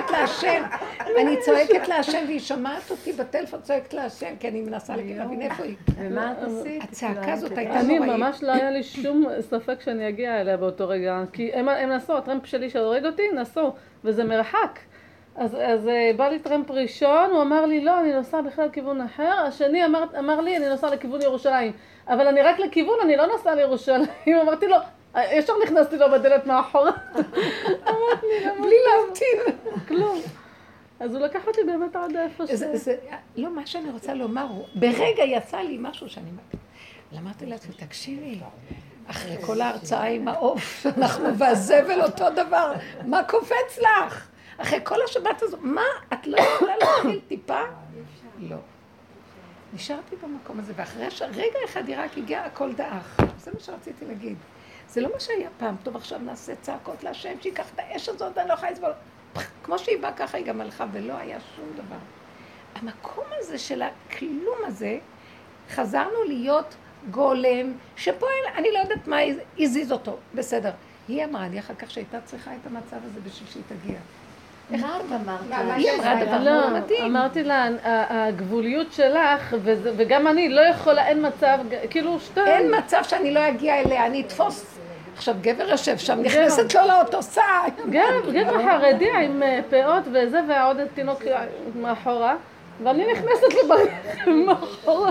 צועקת להשם, והיא שומעת אותי בטלפון, צועקת להשם, כי אני מנסה להבין איפה היא. ומה את עשית? הצעקה הזאת הייתה אני נוראית. ממש לא היה לי שום ספק שאני אגיע אליה באותו רגע, כי הם נסעו, הטרמפ שלי שהורג אותי, נסעו, וזה מרחק. אז בא לי טרמפ ראשון, הוא אמר לי, לא, אני נוסע בכלל לכיוון אחר, השני אמר לי, אני נוסע לכיוון ירושלים, אבל אני רק לכיוון, אני לא נוסע לירושלים, אמרתי לו, ישר נכנסתי לו בדלת מאחורה, אמרתי לי, בלי להמתין. כלום. אז הוא לקח אותי באמת עד איפה לא, מה שאני רוצה לומר הוא, ברגע יצא לי משהו שאני אמרתי לעצמי, תקשיבי, אחרי כל ההרצאה עם העוף, אנחנו והזבל אותו דבר, מה קופץ לך? אחרי כל השבת הזו, מה? את לא יכולה להתחיל טיפה? לא. נשארתי במקום הזה, ואחרי רגע אחד היא רק הגיעה, הכל דאח. זה מה שרציתי להגיד. זה לא מה שהיה פעם. טוב, עכשיו נעשה צעקות להשם, שיקח את האש הזאת, אני לא יכולה לסבול. כמו שהיא באה ככה, היא גם הלכה, ולא היה שום דבר. המקום הזה של הכלום הזה, חזרנו להיות גולם, שפועל, אני לא יודעת מה הזיז אותו, בסדר. היא אמרה לי אחר כך שהייתה צריכה את המצב הזה בשביל שהיא תגיע. מה את אמרת? היא אמרה דבר מאוד מדהים. אמרתי לה, הגבוליות שלך, וגם אני, לא יכולה, אין מצב, כאילו שתיים. אין מצב שאני לא אגיע אליה, אני אתפוס. עכשיו גבר יושב שם, נכנסת לו לאותו סע. גבר חרדי עם פאות וזה, ועוד תינוק מאחורה. ואני נכנסת מאחורה.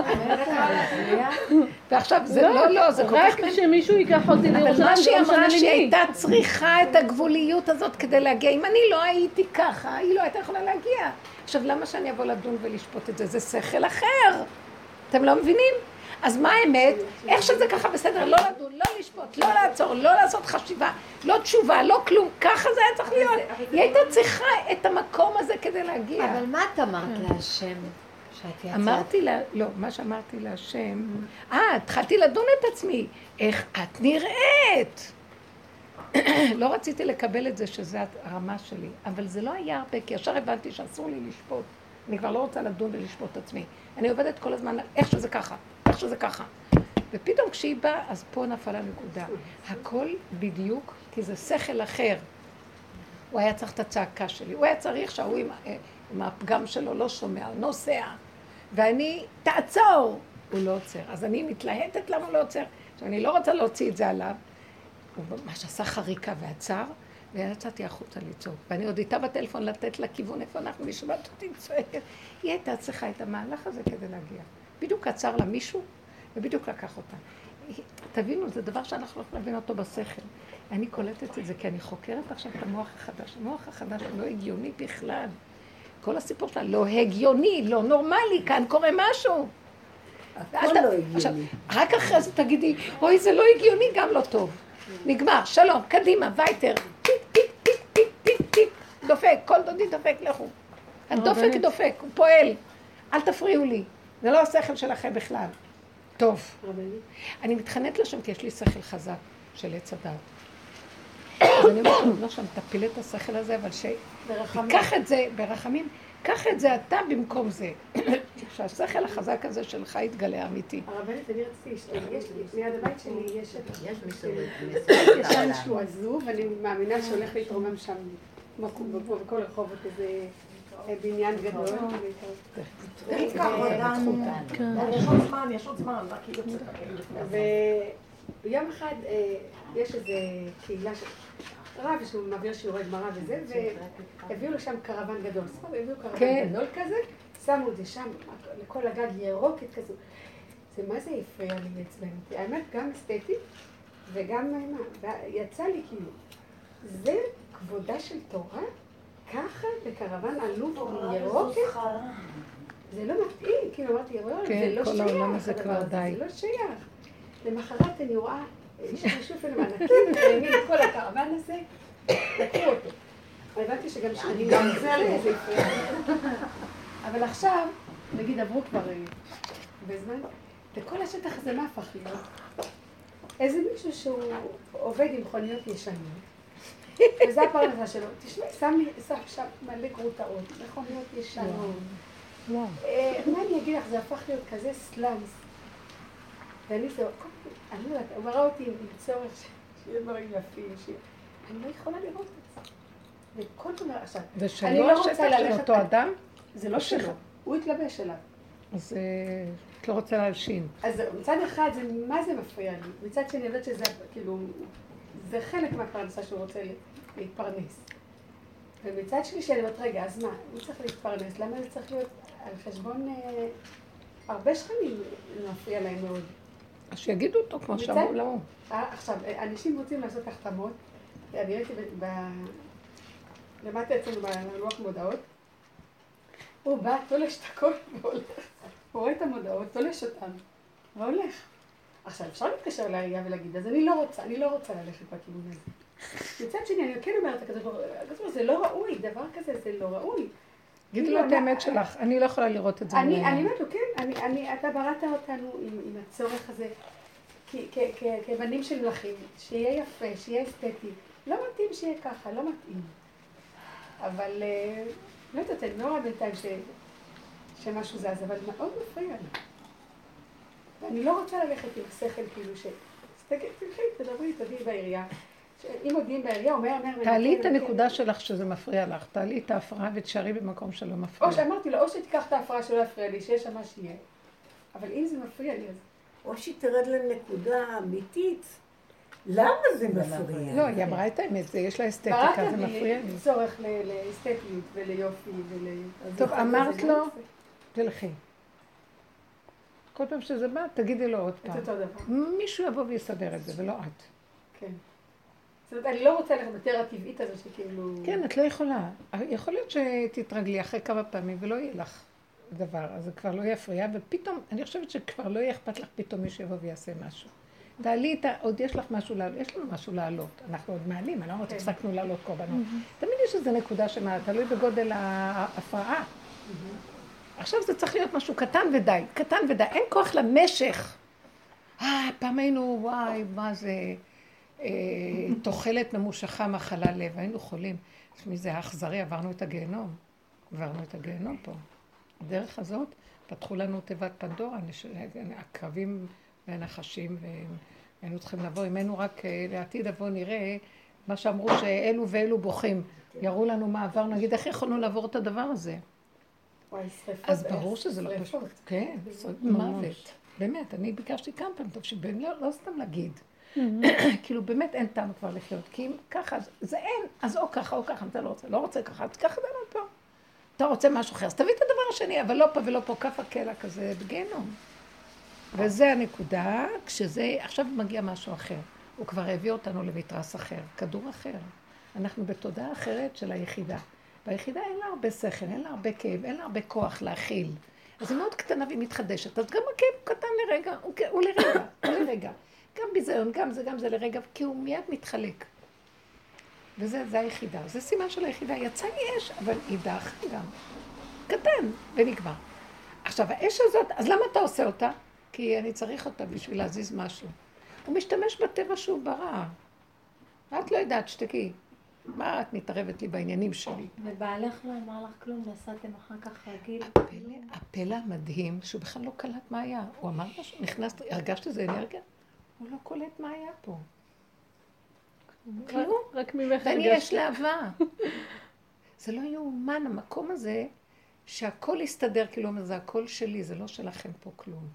ועכשיו זה לא, זה כל כך... רק שמישהו ייקח אותי לירושלים, אבל מה שהיא אמרה שהיא הייתה צריכה את הגבוליות הזאת כדי להגיע. אם אני לא הייתי ככה, היא לא הייתה יכולה להגיע. עכשיו למה שאני אבוא לדון ולשפוט את זה? זה שכל אחר. אתם לא מבינים? אז מה האמת? איך שזה ככה בסדר, לא לדון, לא לשפוט, לא לעצור, לא לעשות חשיבה, לא תשובה, לא כלום, ככה זה היה צריך להיות. היא הייתה צריכה את המקום הזה כדי להגיע. אבל מה את אמרת להשם? אמרתי לה, לא, מה שאמרתי להשם, התחלתי לדון את עצמי, איך את נראית? לא רציתי לקבל את זה שזה הרמה שלי, אבל זה לא היה הרבה, כי ישר הבנתי שאסור לי לשפוט. אני כבר לא רוצה לדון ולשפוט את עצמי. אני עובדת כל הזמן, איך שזה ככה, איך שזה ככה. ופתאום כשהיא באה, אז פה נפל הנקודה. הכל בדיוק, כי זה שכל אחר. הוא היה צריך את הצעקה שלי. הוא היה צריך שהוא עם הפגם שלו לא שומע, נוסע. ואני, תעצור! הוא לא עוצר. אז אני מתלהטת למה הוא לא עוצר. עכשיו, אני לא רוצה להוציא את זה עליו. הוא ממש עשה חריקה ועצר. ויצאתי החוצה לצעוק, ואני עוד איתה בטלפון לתת לה כיוון איפה אנחנו נשמעת אותי צועקת. היא הייתה צריכה את המהלך הזה כדי להגיע. בדיוק עצר לה מישהו, ובדיוק לקח אותה. תבינו, זה דבר שאנחנו לא יכולים להבין אותו בשכל. אני קולטת את זה כי אני חוקרת עכשיו את המוח החדש. המוח החדש לא הגיוני בכלל. כל הסיפור שלה לא הגיוני, לא נורמלי, כאן קורה משהו. הכל לא הגיוני. רק אחרי זה תגידי, אוי, זה לא הגיוני, גם לא טוב. נגמר, שלום, קדימה, וייטר, טיק, טיק, טיק, טיק, טיק, טיק, דופק, כל דודי דופק, לכו. הדופק דופק, הוא פועל, אל תפריעו לי, זה לא השכל שלכם בכלל. טוב, אני מתחננת לשם כי יש לי שכל חזק של עץ הדעת. אז אני אומרת, לא שם, תפיל את השכל הזה, אבל שיקח את זה, ברחמים, קח את זה אתה במקום זה. שהשכל החזק הזה שלך יתגלה אמיתי. הרבנית, אני רציתי, יש לי, ליד הבית שלי יש ישן שהוא עזוב, ואני מאמינה שהולך להתרומם שם מקום בבוא, וכל רחובות איזה בניין גדול. יש עוד זמן, רק היא יוצאת. ויום אחד יש איזה קהילה רב, יש לו מעביר שיעורי גמרא וזה, והביאו לו שם קרוון גדול. הביאו קרוון גדול כזה, שמו את זה שם, לכל הגג ירוקת כזו. זה מה זה הפריע לי לעצבן אותי. האמת, גם אסתטית וגם יצא לי כאילו, זה כבודה של תורה? ככה בקרוון עלוב ירוקת? זה לא מתאים, כאילו אמרתי, זה לא שייך. כל העולם הזה כבר די. זה לא שייך. למחרת אני רואה שוב ענקים, והאמין כל הקרוון הזה, לקחו אותו. הבנתי שגם שאני גם זה הפריע. אבל עכשיו, נגיד עברו כבר בזמן, וכל השטח הזה מה הפך להיות? איזה מישהו שהוא עובד עם מכוניות ישנות, וזה הפרנסה שלו. תשמעי, שם שם מלא גרוטאות, מכוניות ישנות. מה אני אגיד לך, זה הפך להיות כזה סלאמס. ואני זה, אני לא יודעת, הוא מראה אותי עם צורך שיהיה דברים יפים, אני לא יכולה לראות את זה. וכל דבר עכשיו, אני לא רוצה ללכת... של אותו אדם? זה לא שלו, הוא התלבש עליו. אז את לא רוצה להלשין. אז מצד אחד, מה זה מפריע לי? מצד שני, אני יודעת שזה כאילו, זה חלק מהפרנסה שהוא רוצה להתפרנס. ומצד שלישי, אני אומרת, רגע, אז מה? הוא צריך להתפרנס, למה זה צריך להיות על חשבון... הרבה שכנים מפריע להם מאוד. אז שיגידו אותו כמו שאמרו לאום. עכשיו, אנשים רוצים לעשות החתמות, אני ראיתי למטה אצלנו בלוח מודעות, הוא בא, תולש את הכל והולך. הוא רואה את המודעות, תולש אותן, והולך. עכשיו, אפשר להתקשר לעירייה ולהגיד, אז אני לא רוצה ללכת בכיוון הזה. מצד שני, אני כן אומרת, זה לא ראוי, דבר כזה זה לא ראוי. גידי לו את האמת שלך, אני לא יכולה לראות את זה. אני אומרת לו, כן, אתה בראת אותנו עם הצורך הזה, כבנים של מלכים, שיהיה יפה, שיהיה אסתטי. לא מתאים שיהיה ככה, לא מתאים. אבל, לא יודעת, אני לא רואה בינתיים שמשהו זז, אבל מאוד מפריע לי. ואני לא רוצה ללכת עם שכל כאילו תדברי, תביאי בעירייה. אם מודיעים בעירייה, אומר... תעלי את הנקודה שלך שזה מפריע לך, תעלי את ההפרעה ותשארי במקום שלא מפריע. או שאמרתי לו, או שתיקח את ההפרעה שלא יפריע לי, שיש שם מה שיהיה. אבל אם זה מפריע לי, אז... או שתרד לנקודה אמיתית. למה זה מפריע? לא, היא אמרה את האמת, יש לה אסתטיקה, זה מפריע לי. צורך לאסתטיות וליופי טוב, אמרת לו, תלכי. כל פעם שזה בא, תגידי לו עוד פעם. את אותו דבר. מישהו יבוא ויסדר את זה, ולא את. כן. זאת אומרת, אני לא רוצה ללכת יותר הטבעית הזו שכאילו... כן, את לא יכולה. יכול להיות שתתרגלי אחרי כמה פעמים ולא יהיה לך דבר, אז זה כבר לא יפריע, ופתאום, אני חושבת שכבר לא יהיה אכפת לך פתאום מישהו יבוא ויעשה משהו. תעלי את עוד יש לך משהו לעלות, יש לנו משהו לעלות. אנחנו עוד מעלים, אני לא אומרת, הפסקנו לעלות קורבנות. תמיד יש איזו נקודה תלוי בגודל ההפרעה. עכשיו זה צריך להיות משהו קטן ודי, אין כוח למשך. פעם היינו, וואי, מה זה, תוחלת ממושכה מחלה לב, היינו חולים. מזה האכזרי, עברנו את הגיהנום פה. הדרך הזאת, פתחו לנו תיבת פנדורה, הקרבים והנחשים, והיינו צריכים לבוא, אם היינו רק לעתיד לבוא נראה, מה שאמרו שאלו ואלו בוכים, יראו לנו מה עבר, נגיד, איך יכולנו לעבור את הדבר הזה? אז ברור שזה לא פשוט. כן, מוות. באמת, אני ביקשתי כמה פעמים, טוב שבאמת לא סתם להגיד. כאילו באמת אין טעם כבר לחיות, כי אם ככה, זה אין, אז או ככה, אתה לא רוצה ככה, אז ככה זה לא פה. אתה רוצה משהו אחר, אז תביא את הדבר השני, אבל לא פה ולא פה, כף הקלע כזה בגיהנום. וזה הנקודה, כשזה, עכשיו מגיע משהו אחר. הוא כבר הביא אותנו למתרס אחר, כדור אחר. אנחנו בתודעה אחרת של היחידה. והיחידה אין לה הרבה שכל, אין לה הרבה כאב, אין לה הרבה כוח להכיל. אז היא מאוד קטנה והיא מתחדשת. אז גם הכאב הוא קטן לרגע, הוא לרגע. גם ביזיון, גם זה לרגע, כי הוא מיד מתחלק. וזה היחידה. זה סימן של היחידה. יצא לי אש, אבל היא דח גם. קטן, ונגמר. עכשיו, האש הזאת, אז למה אתה עושה אותה? כי אני צריך אותה בשביל להזיז משהו. הוא משתמש בטבע שהוא ברא. את לא יודעת, שתקי. מה את מתערבת לי בעניינים שלי? ובעלך לא אמר לך כלום, נסעתם אחר כך רגיל. הפלא המדהים, שהוא בכלל לא קלט מה היה. הוא אמר משהו, נכנס, הרגשת איזה אנרגיה? הוא לא קולט מה היה פה. כלום. רק ממך ואני יש להבה. זה לא יאומן, המקום הזה, שהכל יסתדר, כאילו, זה הכל שלי, זה לא שלכם פה כלום.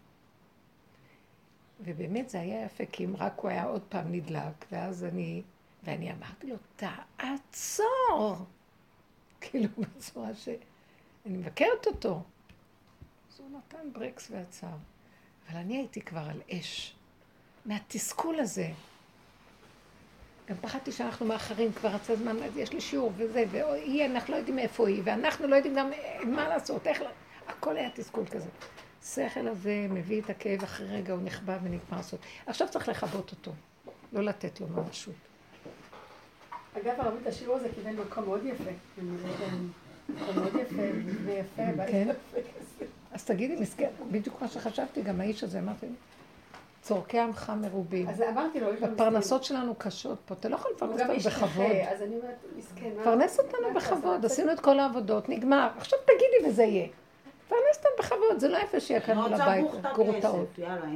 ובאמת זה היה יפה, כי אם רק הוא היה עוד פעם נדלק, ואז ואני אמרתי לו, תעצור! כאילו בצורה שאני מבקרת אותו. אז הוא נתן ברקס ועצר. אבל אני הייתי כבר על אש. מהתסכול הזה. גם פחדתי שאנחנו מאחרים, כבר רצה זמן, יש לי שיעור וזה, אנחנו לא יודעים איפה היא, ואנחנו לא יודעים גם מה לעשות, הכל היה תסכול כזה. השכל הזה מביא את הכאב, אחרי רגע הוא נחבא ונגמר לעשות. עכשיו צריך לחבות אותו, לא לתת לו ממשות. אגב, הרבית, השיעור הזה קיבל מקום מאוד יפה. מקום מאוד יפה, ויפה, כן. אז תגידי, מסכן, בדיוק מה שחשבתי, גם האיש הזה, אמרתי, צורכי עמך מרובים. אז אמרתי לו, הפרנסות שלנו קשות פה, אתה לא יכול לפרנס אותנו בכבוד. אז אני אומרת, מסכן. פרנס אותנו בכבוד, עשינו את כל העבודות, נגמר. עכשיו תגידי וזה יהיה. פרנס אותנו בכבוד, זה לא יפה שיקנו לבית, גורטאות.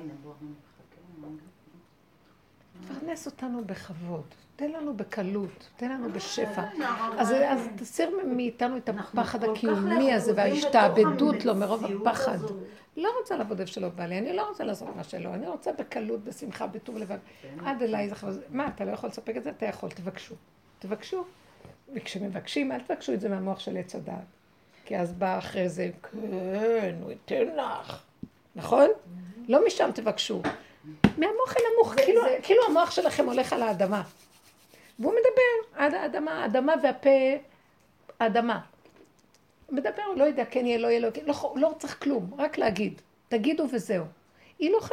פרנס אותנו בכבוד, תן לנו בקלות, תן לנו בשפע. אז תסיר מאיתנו את הפחד הקיומי הזה וההשתעבדות לו מרוב הפחד. לא רוצה לעבוד איפה שלא בא לי, אני לא רוצה לעשות מה שלא, אני רוצה בקלות, בשמחה, בטוב לבד. עד אליי, מה, אתה לא יכול לספק את זה? אתה יכול, תבקשו. וכשמבקשים, אל תבקשו את זה מהמוח של עץ הדעת. כי אז בא אחרי זה, כן, הוא ייתן לך. נכון? לא משם תבקשו. מהמוח אל המוח, כאילו המוח שלכם הולך על האדמה. והוא מדבר על האדמה, האדמה והפה, האדמה. מדבר, לא יודע, כן יהיה, לא יהיה, לא צריך כלום, רק להגיד. תגידו וזהו. היא לא